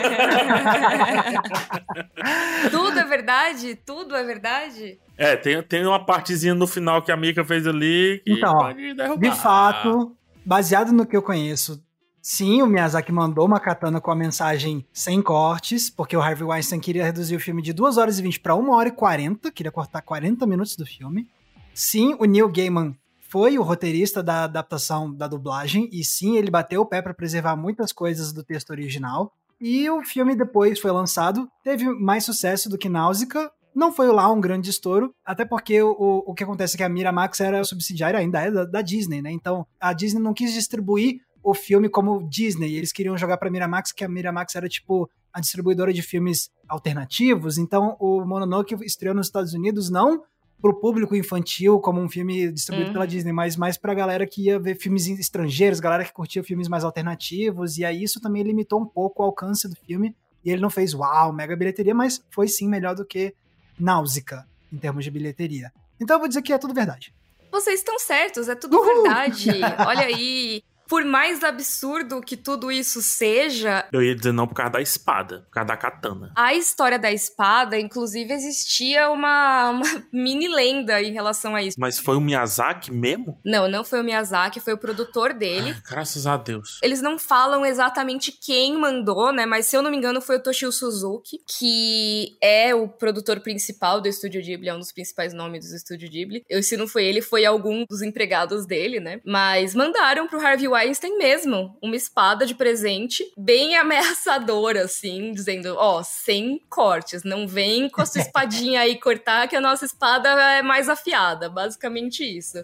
Tudo é verdade? Tudo é verdade? Tem uma partezinha no final que a Mika fez ali que então, pode derrubar. De fato, baseado no que eu conheço, sim, o Miyazaki mandou uma katana com a mensagem sem cortes, porque o Harvey Weinstein queria reduzir o filme de 2 horas e 20 para 1 hora e 40, queria cortar 40 minutos do filme. Sim, o Neil Gaiman foi o roteirista da adaptação da dublagem, e sim, ele bateu o pé para preservar muitas coisas do texto original. E o filme depois foi lançado, teve mais sucesso do que Náusea, não foi lá um grande estouro, até porque o que acontece é que a Miramax era subsidiária, ainda é da Disney, né? Então a Disney não quis distribuir o filme como Disney, eles queriam jogar pra Miramax, que a Miramax era tipo a distribuidora de filmes alternativos, então o Mononoke estreou nos Estados Unidos não pro público infantil, como um filme distribuído pela Disney, mas mais pra galera que ia ver filmes estrangeiros, galera que curtia filmes mais alternativos, e aí isso também limitou um pouco o alcance do filme, e ele não fez, uau, mega bilheteria, mas foi sim melhor do que Náusea, em termos de bilheteria. Então eu vou dizer que é tudo verdade. Vocês estão certos, é tudo verdade. Olha aí, por mais absurdo que tudo isso seja... Eu ia dizer não por causa da espada, por causa da katana. A história da espada, inclusive, existia uma mini lenda em relação a isso. Mas foi o Miyazaki mesmo? Não foi o Miyazaki, foi o produtor dele. Ai, graças a Deus. Eles não falam exatamente quem mandou, né? Mas se eu não me engano foi o Toshio Suzuki, que é o produtor principal do Estúdio Ghibli, é um dos principais nomes do Estúdio Ghibli. Se não foi ele, foi algum dos empregados dele, né? Mas mandaram pro Harvey Weinstein mesmo uma espada de presente, bem ameaçadora, assim, dizendo, sem cortes, não vem com a sua espadinha aí cortar que a nossa espada é mais afiada, basicamente isso.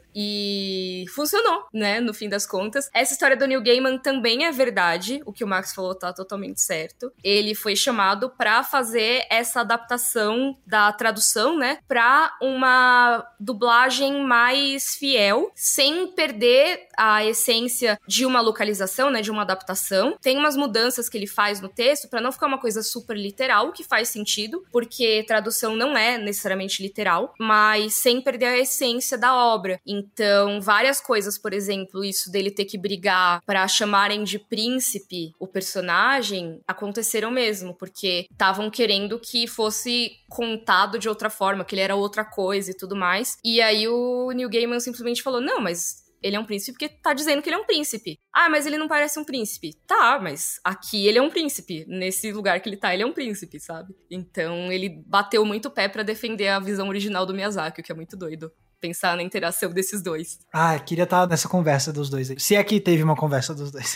E funcionou, né, no fim das contas. Essa história do Neil Gaiman também é verdade, o que o Max falou tá totalmente certo. Ele foi chamado pra fazer essa adaptação da tradução, né, pra uma dublagem mais fiel, sem perder a essência de uma localização, né, de uma adaptação. Tem umas mudanças que ele faz no texto pra não ficar uma coisa super literal, que faz sentido, porque tradução não é necessariamente literal, mas sem perder a essência da obra. Então, várias coisas, por exemplo, isso dele ter que brigar pra chamarem de príncipe o personagem, aconteceram mesmo, porque estavam querendo que fosse contado de outra forma, que ele era outra coisa e tudo mais. E aí o Neil Gaiman simplesmente falou, não, mas ele é um príncipe porque tá dizendo que ele é um príncipe. Ah, mas ele não parece um príncipe. Tá, mas aqui ele é um príncipe. Nesse lugar que ele tá, ele é um príncipe, sabe? Então ele bateu muito o pé pra defender a visão original do Miyazaki, o que é muito doido. Pensar na interação desses dois. Ah, queria estar nessa conversa dos dois aí. Se é que teve uma conversa dos dois.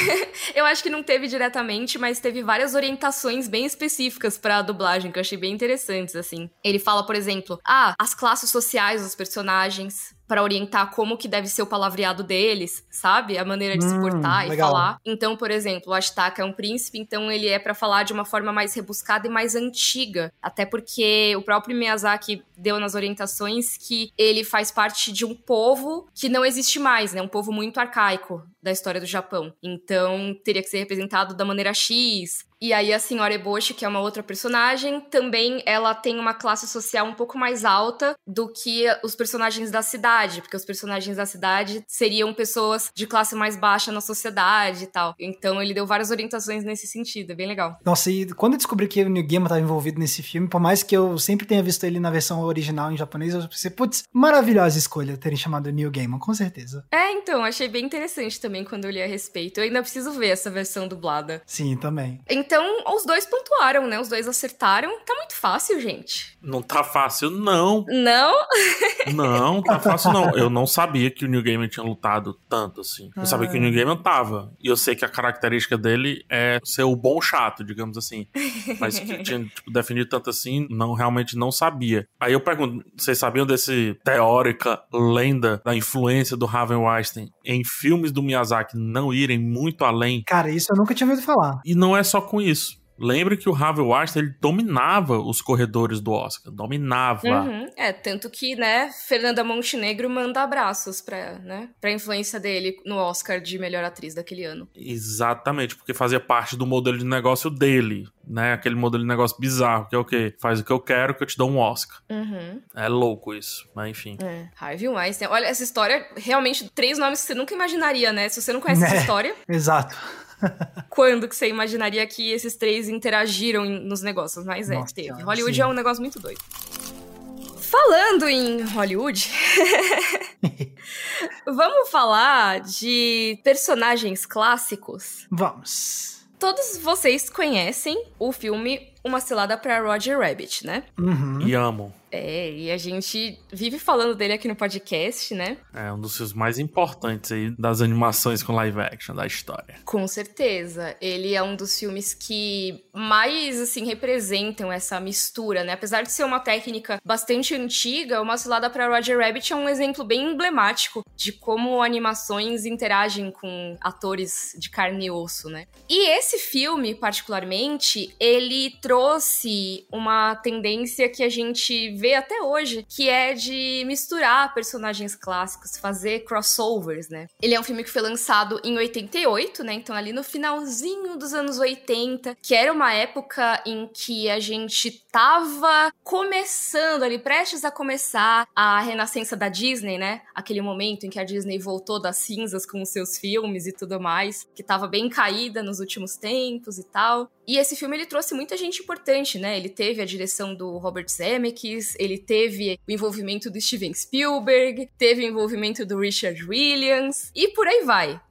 Eu acho que não teve diretamente, mas teve várias orientações bem específicas pra dublagem, que eu achei bem interessantes, assim. Ele fala, por exemplo, as classes sociais dos personagens, pra orientar como que deve ser o palavreado deles, sabe? A maneira de se portar e legal. falar. Então, por exemplo, o Ashitaka é um príncipe, então ele é pra falar de uma forma mais rebuscada e mais antiga. Até porque o próprio Miyazaki deu nas orientações que ele faz parte de um povo que não existe mais, né? Um povo muito arcaico da história do Japão. Então, teria que ser representado da maneira X. E aí a senhora Eboshi, que é uma outra personagem, também ela tem uma classe social um pouco mais alta do que os personagens da cidade, porque os personagens da cidade seriam pessoas de classe mais baixa na sociedade e tal. Então ele deu várias orientações nesse sentido, é bem legal. Nossa, e quando eu descobri que o Neil Gaiman estava envolvido nesse filme, por mais que eu sempre tenha visto ele na versão original em japonês, eu pensei, putz, maravilhosa escolha terem chamado Neil Gaiman, com certeza. Então, achei bem interessante também quando eu li a respeito. Eu ainda preciso ver essa versão dublada. Sim, também. Então, os dois pontuaram, né? Os dois acertaram. Tá muito fácil, gente. Não tá fácil, não. Não? Não, tá fácil, não. Eu não sabia que o Neil Gaiman tinha lutado tanto, assim. Eu sabia que o Neil Gaiman tava. E eu sei que a característica dele é ser o bom chato, digamos assim. Mas que tinha, definido tanto assim, realmente não sabia. Aí eu pergunto, vocês sabiam desse teórica lenda da influência do Harvey Weinstein em filmes do Miyazaki não irem muito além? Cara, isso eu nunca tinha ouvido falar. E não é só com isso. Lembre que o Harvey Weinstein, ele dominava os corredores do Oscar. Dominava. Tanto que, né, Fernanda Montenegro manda abraços pra influência dele no Oscar de melhor atriz daquele ano. Exatamente, porque fazia parte do modelo de negócio dele, né? Aquele modelo de negócio bizarro, que é o quê? Faz o que eu quero que eu te dou um Oscar. É louco isso, mas enfim. Harvey Weinstein. Olha, essa história, realmente, 3 nomes que você nunca imaginaria, né? Se você não conhece essa história... Exato. Quando que você imaginaria que esses 3 interagiram nos negócios? Mas Nossa, teve. Hollywood sim. é um negócio muito doido. Falando em Hollywood, vamos falar de personagens clássicos? Vamos. Todos vocês conhecem o filme Uma Cilada pra Roger Rabbit, né? E amo. E a gente vive falando dele aqui no podcast, né? É um dos filmes mais importantes aí das animações com live action da história. Com certeza. Ele é um dos filmes que mais, assim, representam essa mistura, né? Apesar de ser uma técnica bastante antiga, Uma Cilada pra Roger Rabbit é um exemplo bem emblemático de como animações interagem com atores de carne e osso, né? E esse filme, particularmente, ele trouxe uma tendência que a gente vê até hoje, que é de misturar personagens clássicos, fazer crossovers, né? Ele é um filme que foi lançado em 88, né? Então ali no finalzinho dos anos 80, que era uma época em que a gente tava começando ali, prestes a começar a renascença da Disney, né? Aquele momento em que a Disney voltou das cinzas com os seus filmes e tudo mais, que tava bem caída nos últimos tempos e tal. E esse filme, ele trouxe muita gente importante, né? Ele teve a direção do Robert Zemeckis, ele teve o envolvimento do Steven Spielberg, teve o envolvimento do Richard Williams, e por aí vai.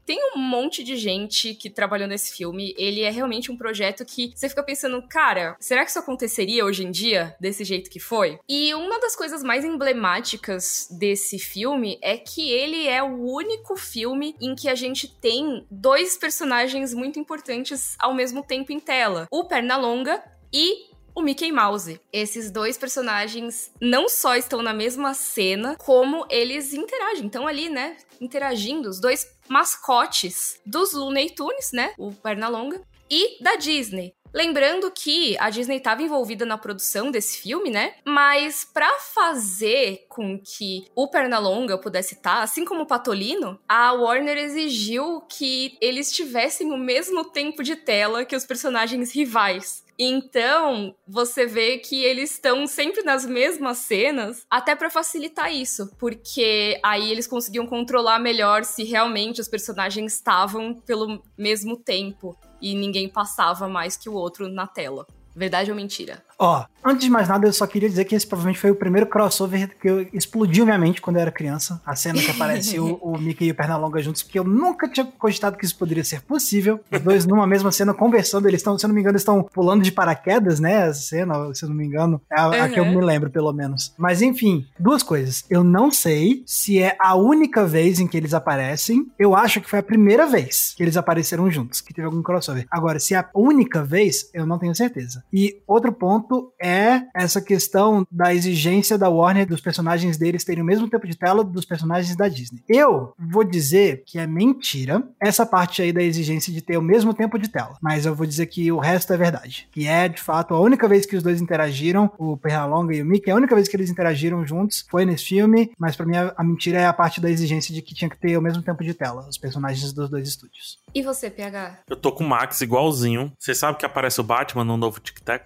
Tem um monte de gente que trabalhou nesse filme. Ele é realmente um projeto que você fica pensando, cara, será que isso aconteceria hoje em dia, desse jeito que foi? E uma das coisas mais emblemáticas desse filme é que ele é o único filme em que a gente tem 2 personagens muito importantes ao mesmo tempo em tela. O Pernalonga e o Mickey Mouse. Esses 2 personagens não só estão na mesma cena, como eles interagem. Estão ali, né, interagindo. Os 2 mascotes dos Looney Tunes, né, o Pernalonga, e da Disney. Lembrando que a Disney estava envolvida na produção desse filme, né? Mas para fazer com que o Pernalonga pudesse estar, assim como o Patolino, a Warner exigiu que eles tivessem o mesmo tempo de tela que os personagens rivais. Então, você vê que eles estão sempre nas mesmas cenas, até pra facilitar isso, porque aí eles conseguiam controlar melhor se realmente os personagens estavam pelo mesmo tempo e ninguém passava mais que o outro na tela. Verdade ou mentira? Ó, antes de mais nada, eu só queria dizer que esse provavelmente foi o primeiro crossover que explodiu minha mente quando eu era criança. A cena que aparece o Mickey e o Pernalonga juntos, porque eu nunca tinha cogitado que isso poderia ser possível. Os 2 numa mesma cena conversando, eles estão, se eu não me engano, estão pulando de paraquedas, né? Essa cena, se eu não me engano, é a que eu me lembro, pelo menos. Mas enfim, 2 coisas. Eu não sei se é a única vez em que eles aparecem. Eu acho que foi a primeira vez que eles apareceram juntos, que teve algum crossover. Agora, se é a única vez, eu não tenho certeza. E outro ponto é essa questão da exigência da Warner dos personagens deles terem o mesmo tempo de tela dos personagens da Disney. Eu vou dizer que é mentira essa parte aí da exigência de ter o mesmo tempo de tela, mas eu vou dizer que o resto é verdade. Que é, de fato, a única vez que os 2 interagiram, o Pernalonga e o Mickey, a única vez que eles interagiram juntos foi nesse filme, mas pra mim a mentira é a parte da exigência de que tinha que ter o mesmo tempo de tela, os personagens dos 2 estúdios. E você, PH? Eu tô com o Max igualzinho. Você sabe que aparece o Batman no novo Tic Tac?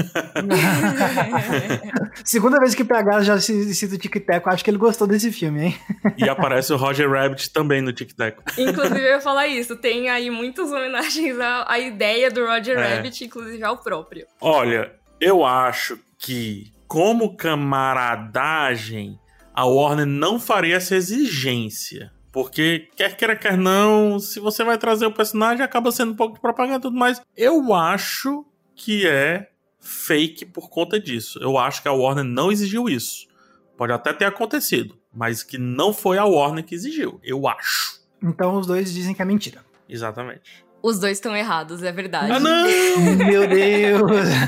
Segunda vez que o PH já cita o Tic Tac, eu acho que ele gostou desse filme, hein? E aparece o Roger Rabbit também no Tic Tac. Inclusive, eu ia falar isso. Tem aí muitas homenagens à ideia do Roger Rabbit, inclusive ao próprio. Olha, eu acho que, como camaradagem, a Warner não faria essa exigência. Porque, quer queira, quer não, se você vai trazer o personagem, acaba sendo um pouco de propaganda e tudo mais. Eu acho que é fake por conta disso. Eu acho que a Warner não exigiu isso. Pode até ter acontecido, mas que não foi a Warner que exigiu. Eu acho. Então os 2 dizem que é mentira. Exatamente. Os 2 estão errados, é verdade. Ah, não! Meu Deus!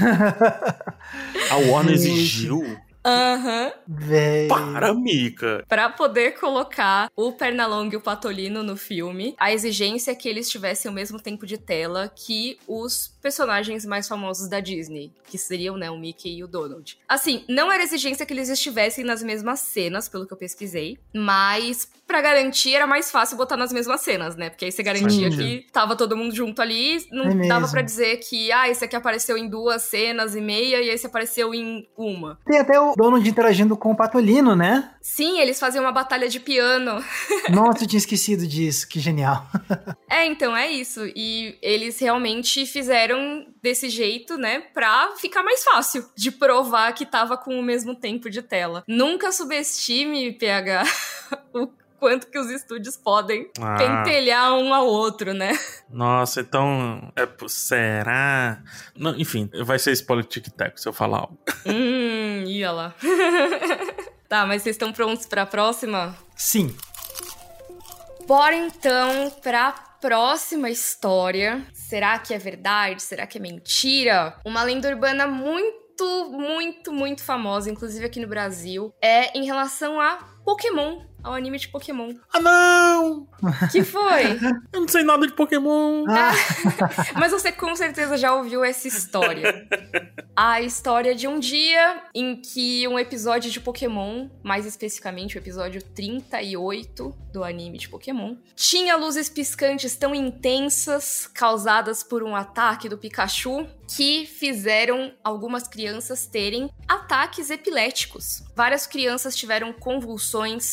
A Warner exigiu? Aham. Véi. Para, Mika. Pra poder colocar o Pernalonga e o Patolino no filme, a exigência é que eles tivessem o mesmo tempo de tela que os personagens mais famosos da Disney, que seriam, né, o Mickey e o Donald. Assim, não era exigência que eles estivessem nas mesmas cenas, pelo que eu pesquisei, mas pra garantir era mais fácil botar nas mesmas cenas, né? Porque aí você garantia que tava todo mundo junto ali, não dava pra dizer que, esse aqui apareceu em 2 cenas e meia e esse apareceu em 1. Tem até o Donald interagindo com o Patolino, né? Sim, eles faziam uma batalha de piano. Nossa, eu tinha esquecido disso, que genial. Então é isso. E eles realmente fizeram desse jeito, né, pra ficar mais fácil de provar que tava com o mesmo tempo de tela. Nunca subestime, PH, o quanto que os estúdios podem pentelhar um ao outro, né? Nossa, então... será? Não, enfim, vai ser spoiler tic-tac se eu falar algo. Ia lá. Tá, mas vocês estão prontos pra próxima? Sim. Bora então pra próxima história. Será que é verdade? Será que é mentira? Uma lenda urbana muito famosa, inclusive aqui no Brasil, é em relação a Pokémon, ao anime de Pokémon. Ah, não! Que foi? Eu não sei nada de Pokémon. Mas você com certeza já ouviu essa história. A história de um dia em que um episódio de Pokémon, mais especificamente o episódio 38 do anime de Pokémon, tinha luzes piscantes tão intensas, causadas por um ataque do Pikachu, que fizeram algumas crianças terem ataques epiléticos. Várias crianças tiveram convulsões, vomitações,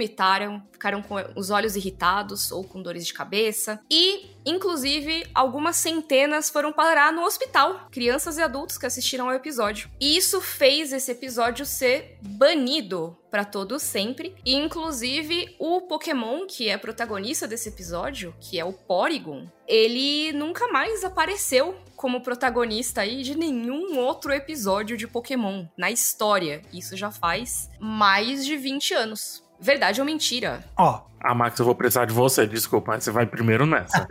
vomitaram, ficaram com os olhos irritados ou com dores de cabeça. E, inclusive, algumas centenas foram parar no hospital. Crianças e adultos que assistiram ao episódio. E isso fez esse episódio ser banido pra todo sempre. E, inclusive, o Pokémon, que é protagonista desse episódio, que é o Porygon, ele nunca mais apareceu como protagonista aí de nenhum outro episódio de Pokémon na história. Isso já faz mais de 20 anos. Verdade ou mentira? Ó. Max, eu vou precisar de você, desculpa, mas você vai primeiro nessa.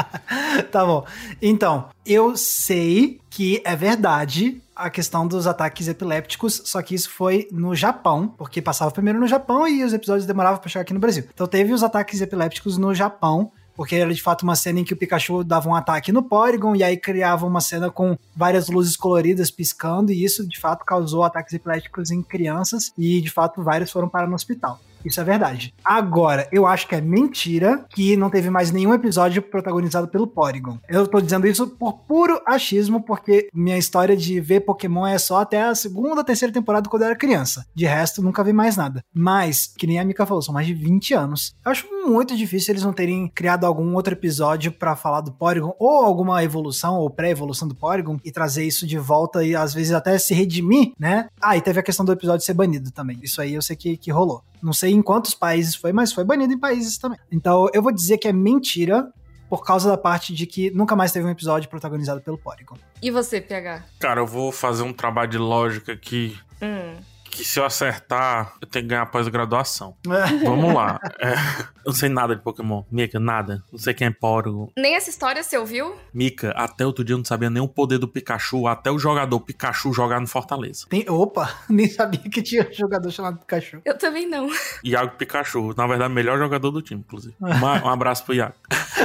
Tá bom. Então, eu sei que é verdade a questão dos ataques epilépticos, só que isso foi no Japão, porque passava primeiro no Japão e os episódios demoravam pra chegar aqui no Brasil. Então teve os ataques epilépticos no Japão, porque era de fato uma cena em que o Pikachu dava um ataque no Porygon e aí criava uma cena com várias luzes coloridas piscando, e isso de fato causou ataques epiléticos em crianças e de fato vários foram parar no hospital. Isso é verdade. Agora, eu acho que é mentira que não teve mais nenhum episódio protagonizado pelo Porygon. Eu tô dizendo isso por puro achismo, porque minha história de ver Pokémon é só até a segunda, terceira temporada quando eu era criança. De resto, nunca vi mais nada. Mas, que nem a Mika falou, são mais de 20 anos. Eu acho muito difícil eles não terem criado algum outro episódio pra falar do Porygon, ou alguma evolução, ou pré-evolução do Porygon, e trazer isso de volta e às vezes até se redimir, né? E teve a questão do episódio ser banido também. Isso aí eu sei que rolou. Não sei em quantos países foi, mas foi banido em países também. Então eu vou dizer que é mentira por causa da parte de que nunca mais teve um episódio protagonizado pelo Porygon. E você, PH? Cara, eu vou fazer um trabalho de lógica aqui. Que se eu acertar, eu tenho que ganhar pós-graduação. Vamos lá. Eu não sei nada de Pokémon. Mika, nada. Não sei quem é Porygon. Nem essa história você ouviu? Mika, até outro dia eu não sabia nem o poder do Pikachu, até o jogador Pikachu jogar no Fortaleza. Opa, nem sabia que tinha um jogador chamado Pikachu. Eu também não. Iago Pikachu, na verdade, melhor jogador do time, inclusive. Um abraço pro Iago.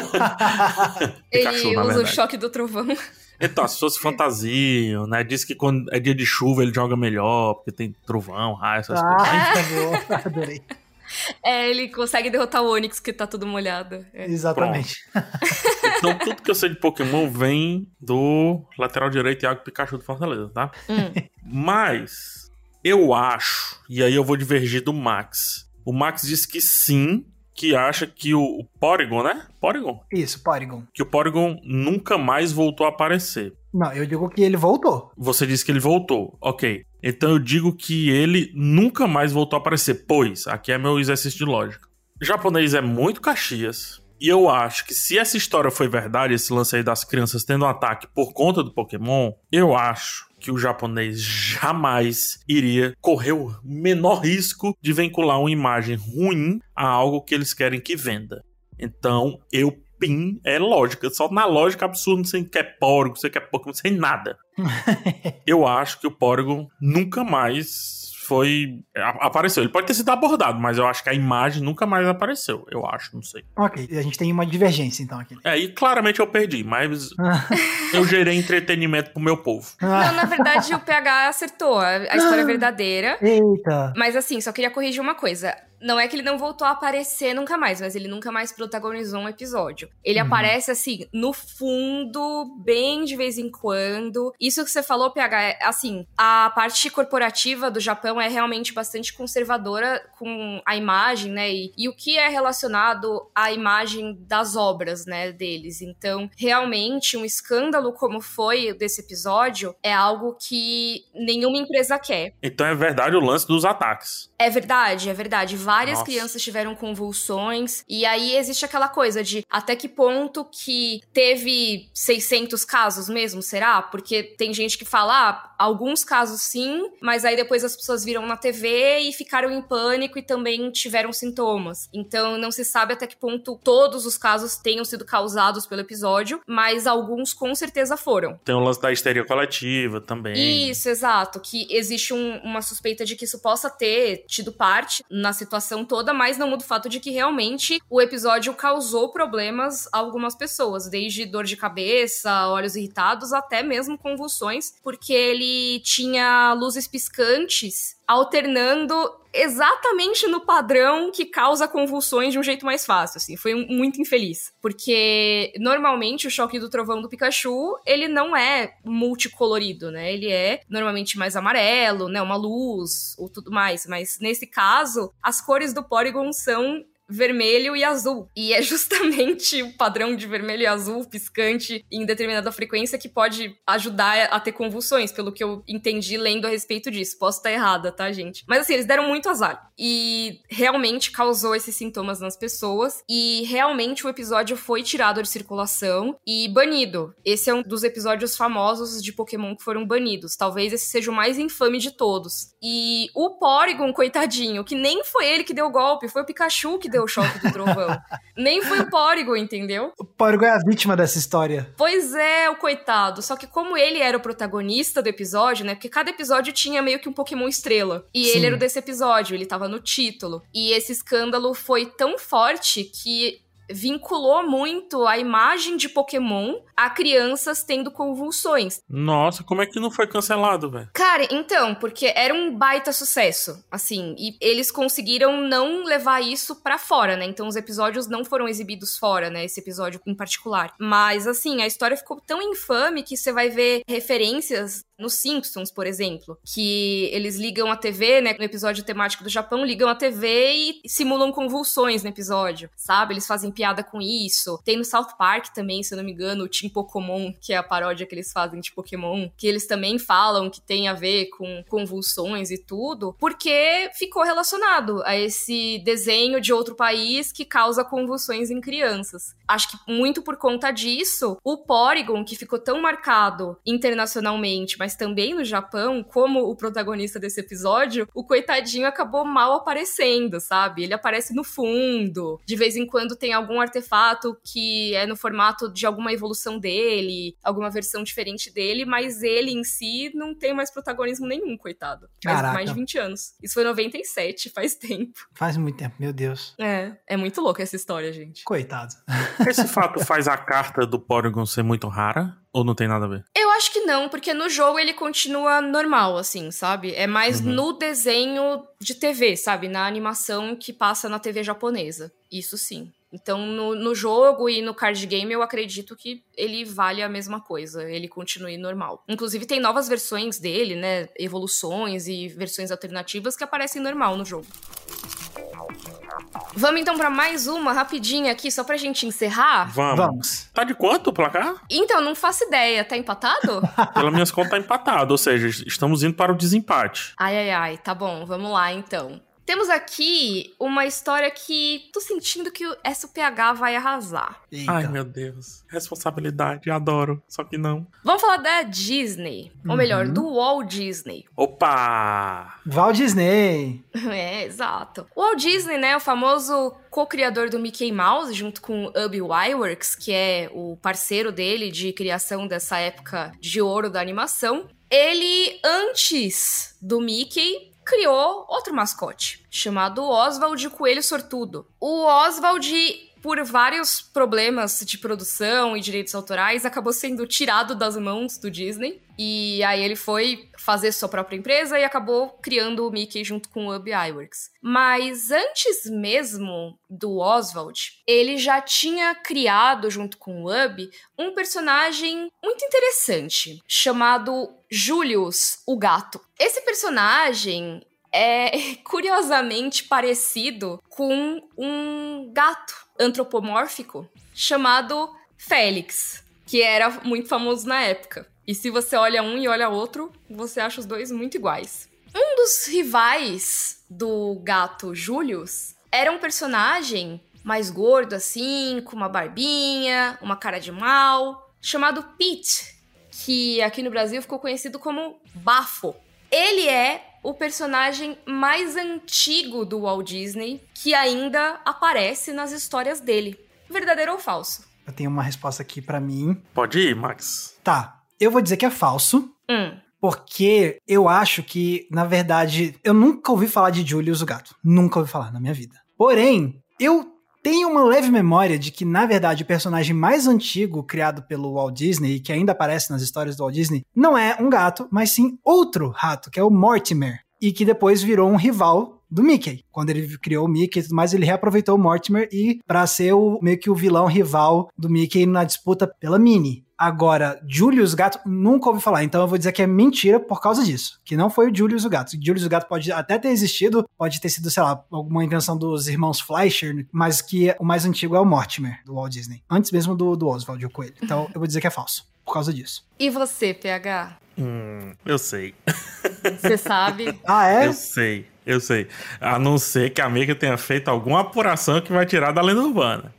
Pikachu, ele usa o choque do trovão. Então, se fosse fantasia, né? Diz que quando é dia de chuva ele joga melhor, porque tem trovão, raio, essas coisas. Tá bom, adorei. Ele consegue derrotar o Onix, que tá tudo molhado. Exatamente. Então, tudo que eu sei de Pokémon vem do lateral direito Iago Pikachu do Fortaleza, tá? Mas, eu acho, e aí eu vou divergir do Max. O Max disse que sim, que acha que o Porygon, né? Porygon? Isso, Porygon. Que o Porygon nunca mais voltou a aparecer. Não, eu digo que ele voltou. Você disse que ele voltou. Ok. Então eu digo que ele nunca mais voltou a aparecer. Pois, aqui é meu exercício de lógica. O japonês é muito Caxias. E eu acho que se essa história foi verdade, esse lance aí das crianças tendo um ataque por conta do Pokémon, eu acho que o japonês jamais iria correr o menor risco de vincular uma imagem ruim a algo que eles querem que venda. Então, é lógica. Só na lógica absurda, você quer Porygon, você quer Pokémon, sem nada. Eu acho que o Porygon nunca mais apareceu. Ele pode ter sido abordado, mas eu acho que a imagem nunca mais apareceu. Eu acho, não sei. Ok, a gente tem uma divergência então aqui. E claramente eu perdi, mas eu gerei entretenimento pro meu povo. Não, na verdade o PH acertou. A história é verdadeira. Eita. Mas assim, só queria corrigir uma coisa. Não é que ele não voltou a aparecer nunca mais, mas ele nunca mais protagonizou um episódio. Ele aparece, assim, no fundo, bem de vez em quando. Isso que você falou, PH, é, assim, a parte corporativa do Japão é realmente bastante conservadora com a imagem, né? E o que é relacionado à imagem das obras, né, deles. Então, realmente, um escândalo como foi desse episódio é algo que nenhuma empresa quer. Então é verdade o lance dos ataques. É verdade, é verdade. Várias Nossa. crianças tiveram convulsões. E aí existe aquela coisa de até que ponto que teve 600 casos mesmo, será? Porque tem gente que fala, alguns casos sim, mas aí depois as pessoas viram na TV e ficaram em pânico e também tiveram sintomas. Então não se sabe até que ponto todos os casos tenham sido causados pelo episódio, mas alguns com certeza foram. Tem o lance da histeria coletiva também. Isso, exato. Que existe uma suspeita de que isso possa ter tido parte na situação toda, mas não muda o fato de que realmente o episódio causou problemas a algumas pessoas, desde dor de cabeça, olhos irritados, até mesmo convulsões, porque ele tinha luzes piscantes alternando exatamente no padrão que causa convulsões de um jeito mais fácil, assim. Foi muito infeliz. Porque, normalmente, o choque do trovão do Pikachu, ele não é multicolorido, né? Ele é, normalmente, mais amarelo, né? Uma luz, ou tudo mais. Mas, nesse caso, as cores do Porygon são vermelho e azul. E é justamente o padrão de vermelho e azul piscante em determinada frequência que pode ajudar a ter convulsões, pelo que eu entendi lendo a respeito disso. Posso estar errada, tá, gente? Mas assim, eles deram muito azar. E realmente causou esses sintomas nas pessoas. E realmente o episódio foi tirado de circulação e banido. Esse é um dos episódios famosos de Pokémon que foram banidos. Talvez esse seja o mais infame de todos. E o Porygon, coitadinho, que nem foi ele que deu o golpe, foi o Pikachu que deu o choque do trovão. Nem foi o Porygon, entendeu? O Porygon é a vítima dessa história. Pois é, o coitado. Só que como ele era o protagonista do episódio, né? Porque cada episódio tinha meio que um Pokémon estrela. E Sim. ele era o desse episódio, ele tava no título. E esse escândalo foi tão forte que vinculou muito a imagem de Pokémon a crianças tendo convulsões. Nossa, como é que não foi cancelado, velho? Cara, então, porque era um baita sucesso, assim, e eles conseguiram não levar isso pra fora, né? Então os episódios não foram exibidos fora, né? Esse episódio em particular. Mas, assim, a história ficou tão infame que você vai ver referências nos Simpsons, por exemplo, que eles ligam a TV, né? No episódio temático do Japão, ligam a TV e simulam convulsões no episódio, sabe? Eles fazem piada com isso. Tem no South Park também, se eu não me engano, o Team Pokémon, que é a paródia que eles fazem de Pokémon, que eles também falam que tem a ver com convulsões e tudo, porque ficou relacionado a esse desenho de outro país que causa convulsões em crianças. Acho que muito por conta disso, o Porygon, que ficou tão marcado internacionalmente, mas também no Japão, como o protagonista desse episódio, o coitadinho acabou mal aparecendo, sabe? Ele aparece no fundo, de vez em quando tem algum artefato que é no formato de alguma evolução dele, alguma versão diferente dele, mas ele em si não tem mais protagonismo nenhum, coitado. Faz mais de 20 anos. Isso foi em 97, faz tempo. Faz muito tempo, meu Deus. É muito louca essa história, gente. Coitado. Esse fato faz a carta do Porygon ser muito rara? Ou não tem nada a ver? Eu acho que não, porque no jogo ele continua normal, assim, sabe? É mais no desenho de TV, sabe? Na animação que passa na TV japonesa. Isso sim. Então, no jogo e no card game, eu acredito que ele vale a mesma coisa. Ele continue normal. Inclusive, tem novas versões dele, né? Evoluções e versões alternativas que aparecem normal no jogo. Vamos então pra mais uma rapidinha aqui, só pra gente encerrar? Vamos. Tá de quanto o placar? Então, não faço ideia. Tá empatado? Pelas minhas contas, tá empatado. Ou seja, estamos indo para o desempate. Ai. Tá bom, vamos lá então. Temos aqui uma história que tô sentindo que o SPH vai arrasar. Eita. Ai, meu Deus. Responsabilidade, adoro. Só que não. Vamos falar da Disney. Ou melhor, do Walt Disney. Opa! Walt Disney. É, exato. O Walt Disney, né, o famoso co-criador do Mickey Mouse, junto com o Ub Iwerks, que é o parceiro dele de criação dessa época de ouro da animação. Ele, antes do Mickey, criou outro mascote, chamado Oswald Coelho Sortudo. O Oswald, por vários problemas de produção e direitos autorais, acabou sendo tirado das mãos do Disney. E aí ele foi fazer sua própria empresa e acabou criando o Mickey junto com o Ub Iwerks. Mas antes mesmo do Oswald, ele já tinha criado, junto com o Ub, um personagem muito interessante, chamado Julius, o Gato. Esse personagem é curiosamente parecido com um gato antropomórfico chamado Félix, que era muito famoso na época. E se você olha um e olha outro, você acha os dois muito iguais. Um dos rivais do gato Julius era um personagem mais gordo assim, com uma barbinha, uma cara de mal, chamado Pete, que aqui no Brasil ficou conhecido como Bafo. Ele é o personagem mais antigo do Walt Disney que ainda aparece nas histórias dele. Verdadeiro ou falso? Eu tenho uma resposta aqui pra mim. Pode ir, Max. Tá, eu vou dizer que é falso. Porque eu acho que, na verdade, eu nunca ouvi falar de Julius o Gato. Nunca ouvi falar na minha vida. Porém, eu tenho uma leve memória de que, na verdade, o personagem mais antigo criado pelo Walt Disney e que ainda aparece nas histórias do Walt Disney não é um gato, mas sim outro rato, que é o Mortimer. e que depois virou um rival do Mickey. Quando ele criou o Mickey e tudo mais, ele reaproveitou o Mortimer pra ser meio que o vilão rival do Mickey na disputa pela Minnie. Agora, Julius o Gato, nunca ouvi falar, então eu vou dizer que é mentira por causa disso, que não foi o Julius o Gato. O Julius o Gato pode até ter existido, pode ter sido, sei lá, alguma invenção dos irmãos Fleischer, mas que o mais antigo é o Mortimer, do Walt Disney. Antes mesmo do Oswald, o coelho. Então eu vou dizer que é falso, por causa disso. E você, PH? Eu sei. Você sabe? Ah, é? Eu sei. A não ser que a amiga tenha feito alguma apuração que vai tirar da lenda urbana.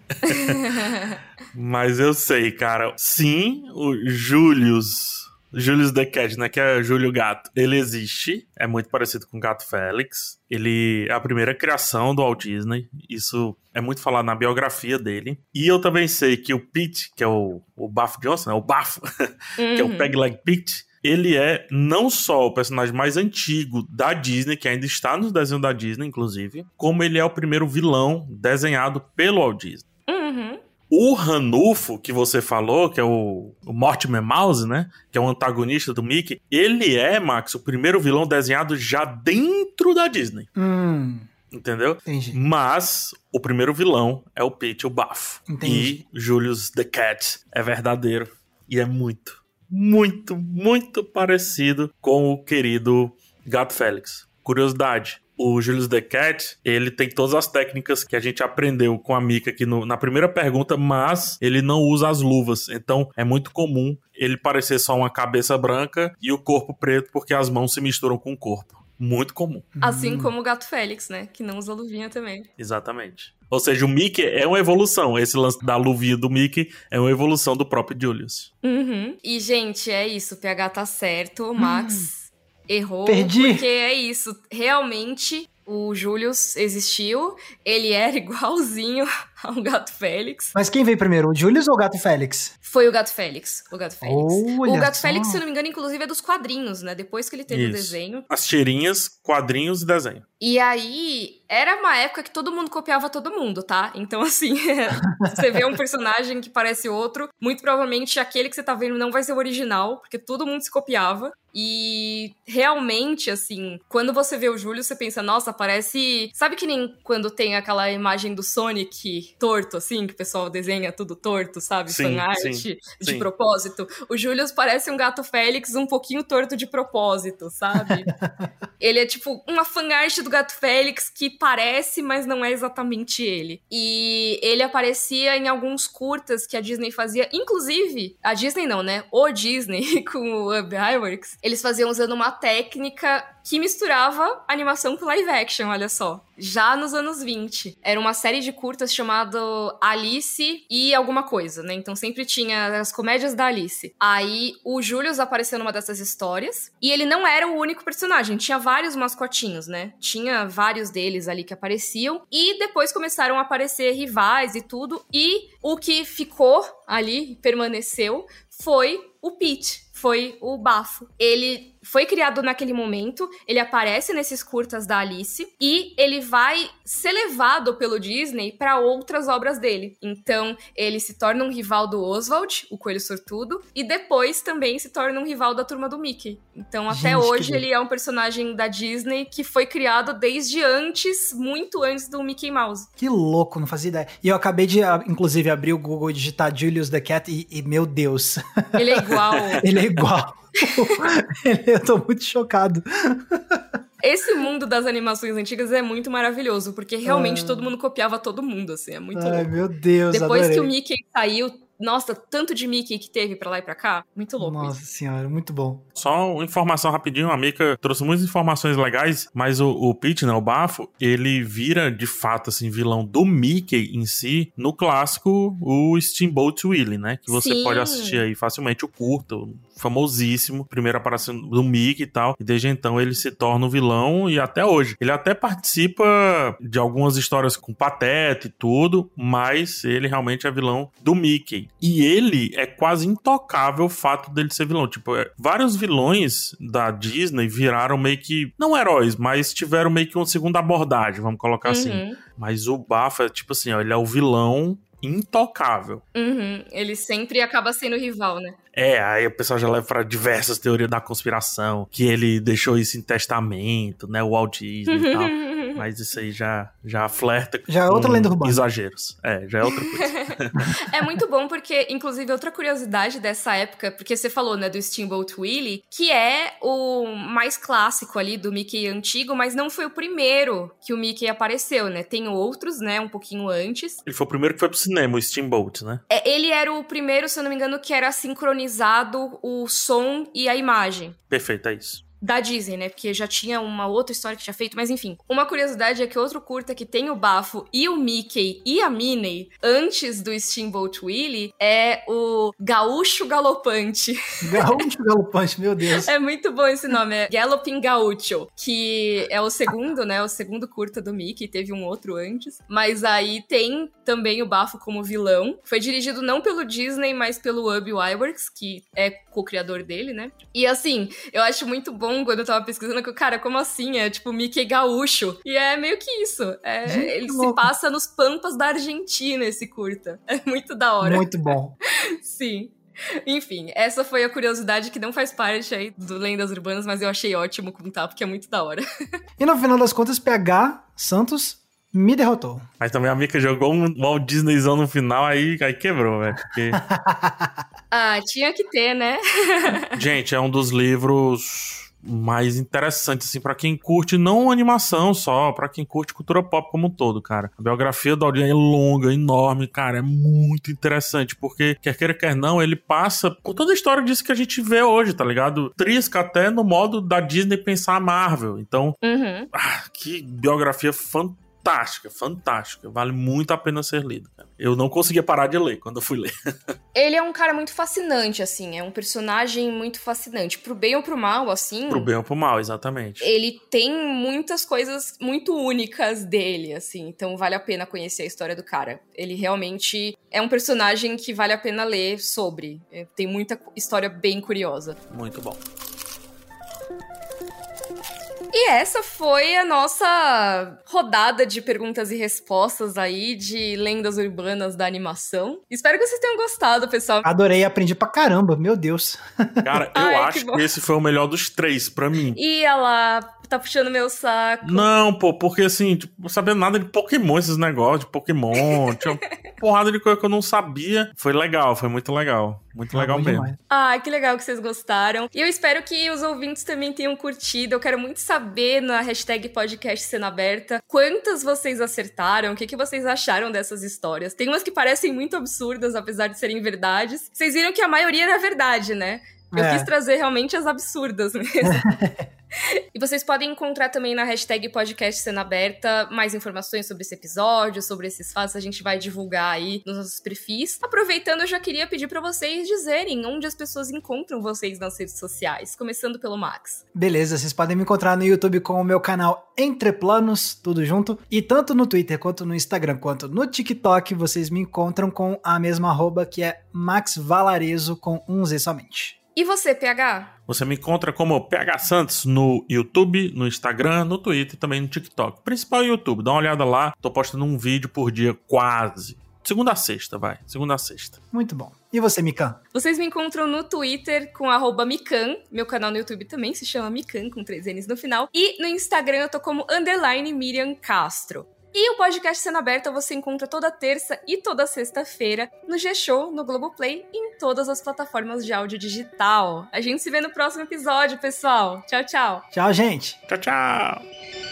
Mas eu sei, cara. Sim, o Julius the Cat, né? Que é Júlio Gato. Ele existe. É muito parecido com o Gato Félix. Ele é a primeira criação do Walt Disney. Isso é muito falado na biografia dele. E eu também sei que o Pete, que é o Bafo Johnson, né? O Bafo, que é o Peg Leg Pete, ele é não só o personagem mais antigo da Disney, que ainda está nos desenhos da Disney, inclusive, como ele é o primeiro vilão desenhado pelo Walt Disney. O Ranulfo, que você falou, que é o Mortimer Mouse, né? Que é o antagonista do Mickey. Ele é, Max, o primeiro vilão desenhado já dentro da Disney. Entendeu? Entendi. Mas o primeiro vilão é o Pete, o Bafo. Entendi. E Julius the Cat é verdadeiro. E é muito, muito, muito parecido com o querido Gato Félix. Curiosidade. O Julius the Cat, ele tem todas as técnicas que a gente aprendeu com a Mika aqui na primeira pergunta, mas ele não usa as luvas. Então, é muito comum ele parecer só uma cabeça branca e o corpo preto, porque as mãos se misturam com o corpo. Muito comum. Assim como o Gato Félix, né? Que não usa luvinha também. Exatamente. Ou seja, o Mickey é uma evolução. Esse lance da luvinha do Mickey é uma evolução do próprio Julius. E, gente, é isso. O PH tá certo. O Max errou. Perdi. Porque é isso. Realmente, o Julius existiu. Ele era igualzinho ao Gato Félix. Mas quem veio primeiro, o Julius ou o Gato Félix? Foi o Gato Félix. O Gato Félix. Olha o Gato só. Félix, se eu não me engano, inclusive é dos quadrinhos, né? Depois que ele teve o desenho. As tirinhas, quadrinhos e desenho. E aí, era uma época que todo mundo copiava todo mundo, tá? Então, assim, você vê um personagem que parece outro, muito provavelmente aquele que você tá vendo não vai ser o original, porque todo mundo se copiava. E realmente, assim, quando você vê o Júlio, você pensa, nossa, parece... Sabe que nem quando tem aquela imagem do Sonic torto, assim, que o pessoal desenha tudo torto, sabe? Sim, Fanart de propósito. O Júlio parece um Gato Félix um pouquinho torto de propósito, sabe? Ele é tipo uma fanart do Gato Félix que parece, mas não é exatamente ele. E ele aparecia em alguns curtas que a Disney fazia, inclusive, a Disney não, né? O Disney com o Ub Iwerks, eles faziam usando uma técnica que misturava animação com live action, olha só. Já nos anos 20. Era uma série de curtas chamada Alice e alguma coisa, né? Então sempre tinha as comédias da Alice. Aí o Julius apareceu numa dessas histórias. E ele não era o único personagem. Tinha vários mascotinhos, né? Tinha vários deles ali que apareciam. E depois começaram a aparecer rivais e tudo. E o que ficou ali, permaneceu, foi o Pete. Foi o Bafo. Ele foi criado naquele momento, ele aparece nesses curtas da Alice e ele vai ser levado pelo Disney para outras obras dele. Então, ele se torna um rival do Oswald, o Coelho Sortudo, e depois também se torna um rival da Turma do Mickey. Então, até hoje, ele é um personagem da Disney que foi criado desde antes, muito antes do Mickey Mouse. Que louco, não fazia ideia. E eu acabei de, inclusive, abrir o Google e digitar Julius the Cat e meu Deus. Ele é igual. Ele é igual. Eu tô muito chocado. Esse mundo das animações antigas é muito maravilhoso, porque realmente todo mundo copiava todo mundo, assim, é muito louco. Ai, meu Deus, Depois adorei. que o Mickey saiu, nossa, tanto de Mickey que teve pra lá e pra cá, muito louco. Nossa senhora, muito bom. Só uma informação rapidinho, a Mika trouxe muitas informações legais, mas o Pete, né, o Bafo, ele vira, de fato, assim, vilão do Mickey em si, no clássico, o Steamboat Willie, né, que você pode assistir aí facilmente o curto, famosíssimo, primeira aparição do Mickey e tal, e desde então ele se torna um vilão e até hoje. Ele até participa de algumas histórias com Pateta e tudo, mas ele realmente é vilão do Mickey. E ele é quase intocável o fato dele ser vilão. Tipo, vários vilões da Disney viraram meio que, não heróis, mas tiveram meio que uma segunda abordagem, vamos colocar assim. Mas o Bafo é tipo assim, ó, ele é o vilão intocável. Uhum, ele sempre acaba sendo rival, né? Aí o pessoal já leva pra diversas teorias da conspiração, que ele deixou isso em testamento, né, o Walt Disney e tal. Mas isso aí já flerta já é outra lenda urbana. Exageros. Já é outra coisa. É muito bom porque, inclusive, outra curiosidade dessa época, porque você falou, né, do Steamboat Willie, que é o mais clássico ali do Mickey antigo, mas não foi o primeiro que o Mickey apareceu, né? Tem outros, né, um pouquinho antes. Ele foi o primeiro que foi pro cinema, o Steamboat, né? Ele era o primeiro, se eu não me engano, que era sincronizado o som e a imagem. Perfeito, é isso. Da Disney, né? Porque já tinha uma outra história que tinha feito, mas enfim. Uma curiosidade é que outro curta que tem o Bafo e o Mickey e a Minnie, antes do Steamboat Willie, é o Gaúcho Galopante. Gaúcho Galopante, meu Deus. É muito bom esse nome, é Galloping Gaúcho, que é o segundo, né? O segundo curta do Mickey, teve um outro antes. Mas aí tem também o Bafo como vilão. Foi dirigido não pelo Disney, mas pelo Ub Iwerks, que é co-criador dele, né? E assim, eu acho muito bom quando eu tava pesquisando que, cara, como assim? É tipo Mickey gaúcho. E é meio que isso. Ele se passa nos pampas da Argentina, esse curta. É muito da hora. Muito bom. Sim. Enfim, essa foi a curiosidade que não faz parte aí do Lendas Urbanas, mas eu achei ótimo contar, porque é muito da hora. E no final das contas, PH Santos me derrotou. Mas também a Mika jogou um Walt Disneyzão no final, aí quebrou, velho. Porque... tinha que ter, né? Gente, é um dos livros mais interessantes, assim, pra quem curte não animação só, pra quem curte cultura pop como um todo, cara. A biografia do Aldrin é longa, enorme, cara, é muito interessante, porque, quer queira, quer não, ele passa com toda a história disso que a gente vê hoje, tá ligado? Trisca até no modo da Disney pensar a Marvel. Então, que biografia fantástica. Vale muito a pena ser lido, cara. Eu não conseguia parar de ler quando eu fui ler. Ele é um cara muito fascinante, assim. É um personagem muito fascinante. Pro bem ou pro mal, assim... Pro bem ou pro mal, exatamente. Ele tem muitas coisas muito únicas dele, assim. Então vale a pena conhecer a história do cara. Ele realmente é um personagem que vale a pena ler sobre. Tem muita história bem curiosa. Muito bom. E essa foi a nossa rodada de perguntas e respostas aí de lendas urbanas da animação. Espero que vocês tenham gostado, pessoal. Adorei, aprendi pra caramba, meu Deus. Cara, eu acho que esse foi o melhor dos três, pra mim. Ia lá, tá puxando meu saco. Não, pô, porque assim, tipo, sabendo nada de Pokémon, esses negócios de Pokémon, tinha uma porrada de coisa que eu não sabia. Foi legal, foi muito legal. Muito legal mesmo. Que legal que vocês gostaram. E eu espero que os ouvintes também tenham curtido. Eu quero muito saber na hashtag podcast Cena Aberta quantas vocês acertaram, o que vocês acharam dessas histórias. Tem umas que parecem muito absurdas, apesar de serem verdades. Vocês viram que a maioria era verdade, né? Eu quis trazer realmente as absurdas mesmo. E vocês podem encontrar também na hashtag podcast Cena Aberta mais informações sobre esse episódio, sobre esses fatos, a gente vai divulgar aí nos nossos perfis. Aproveitando, eu já queria pedir pra vocês dizerem onde as pessoas encontram vocês nas redes sociais, começando pelo Max. Beleza, vocês podem me encontrar no YouTube com o meu canal Entre Planos, tudo junto, e tanto no Twitter, quanto no Instagram, quanto no TikTok, vocês me encontram com a mesma arroba, que é Max Valarezo, com um Z somente. E você, PH? Você me encontra como PH Santos no YouTube, no Instagram, no Twitter e também no TikTok. Principal YouTube, dá uma olhada lá. Tô postando um vídeo por dia quase. Segunda a sexta, vai. Segunda a sexta. Muito bom. E você, Mikan? Vocês me encontram no Twitter com @Mikan. Meu canal no YouTube também se chama Mikan, com 3 N's no final. E no Instagram eu tô como _Miriam Castro. E o podcast Cena Aberta você encontra toda terça e toda sexta-feira no G-Show, no Globoplay e em todas as plataformas de áudio digital. A gente se vê no próximo episódio, pessoal. Tchau, tchau. Tchau, gente. Tchau, tchau.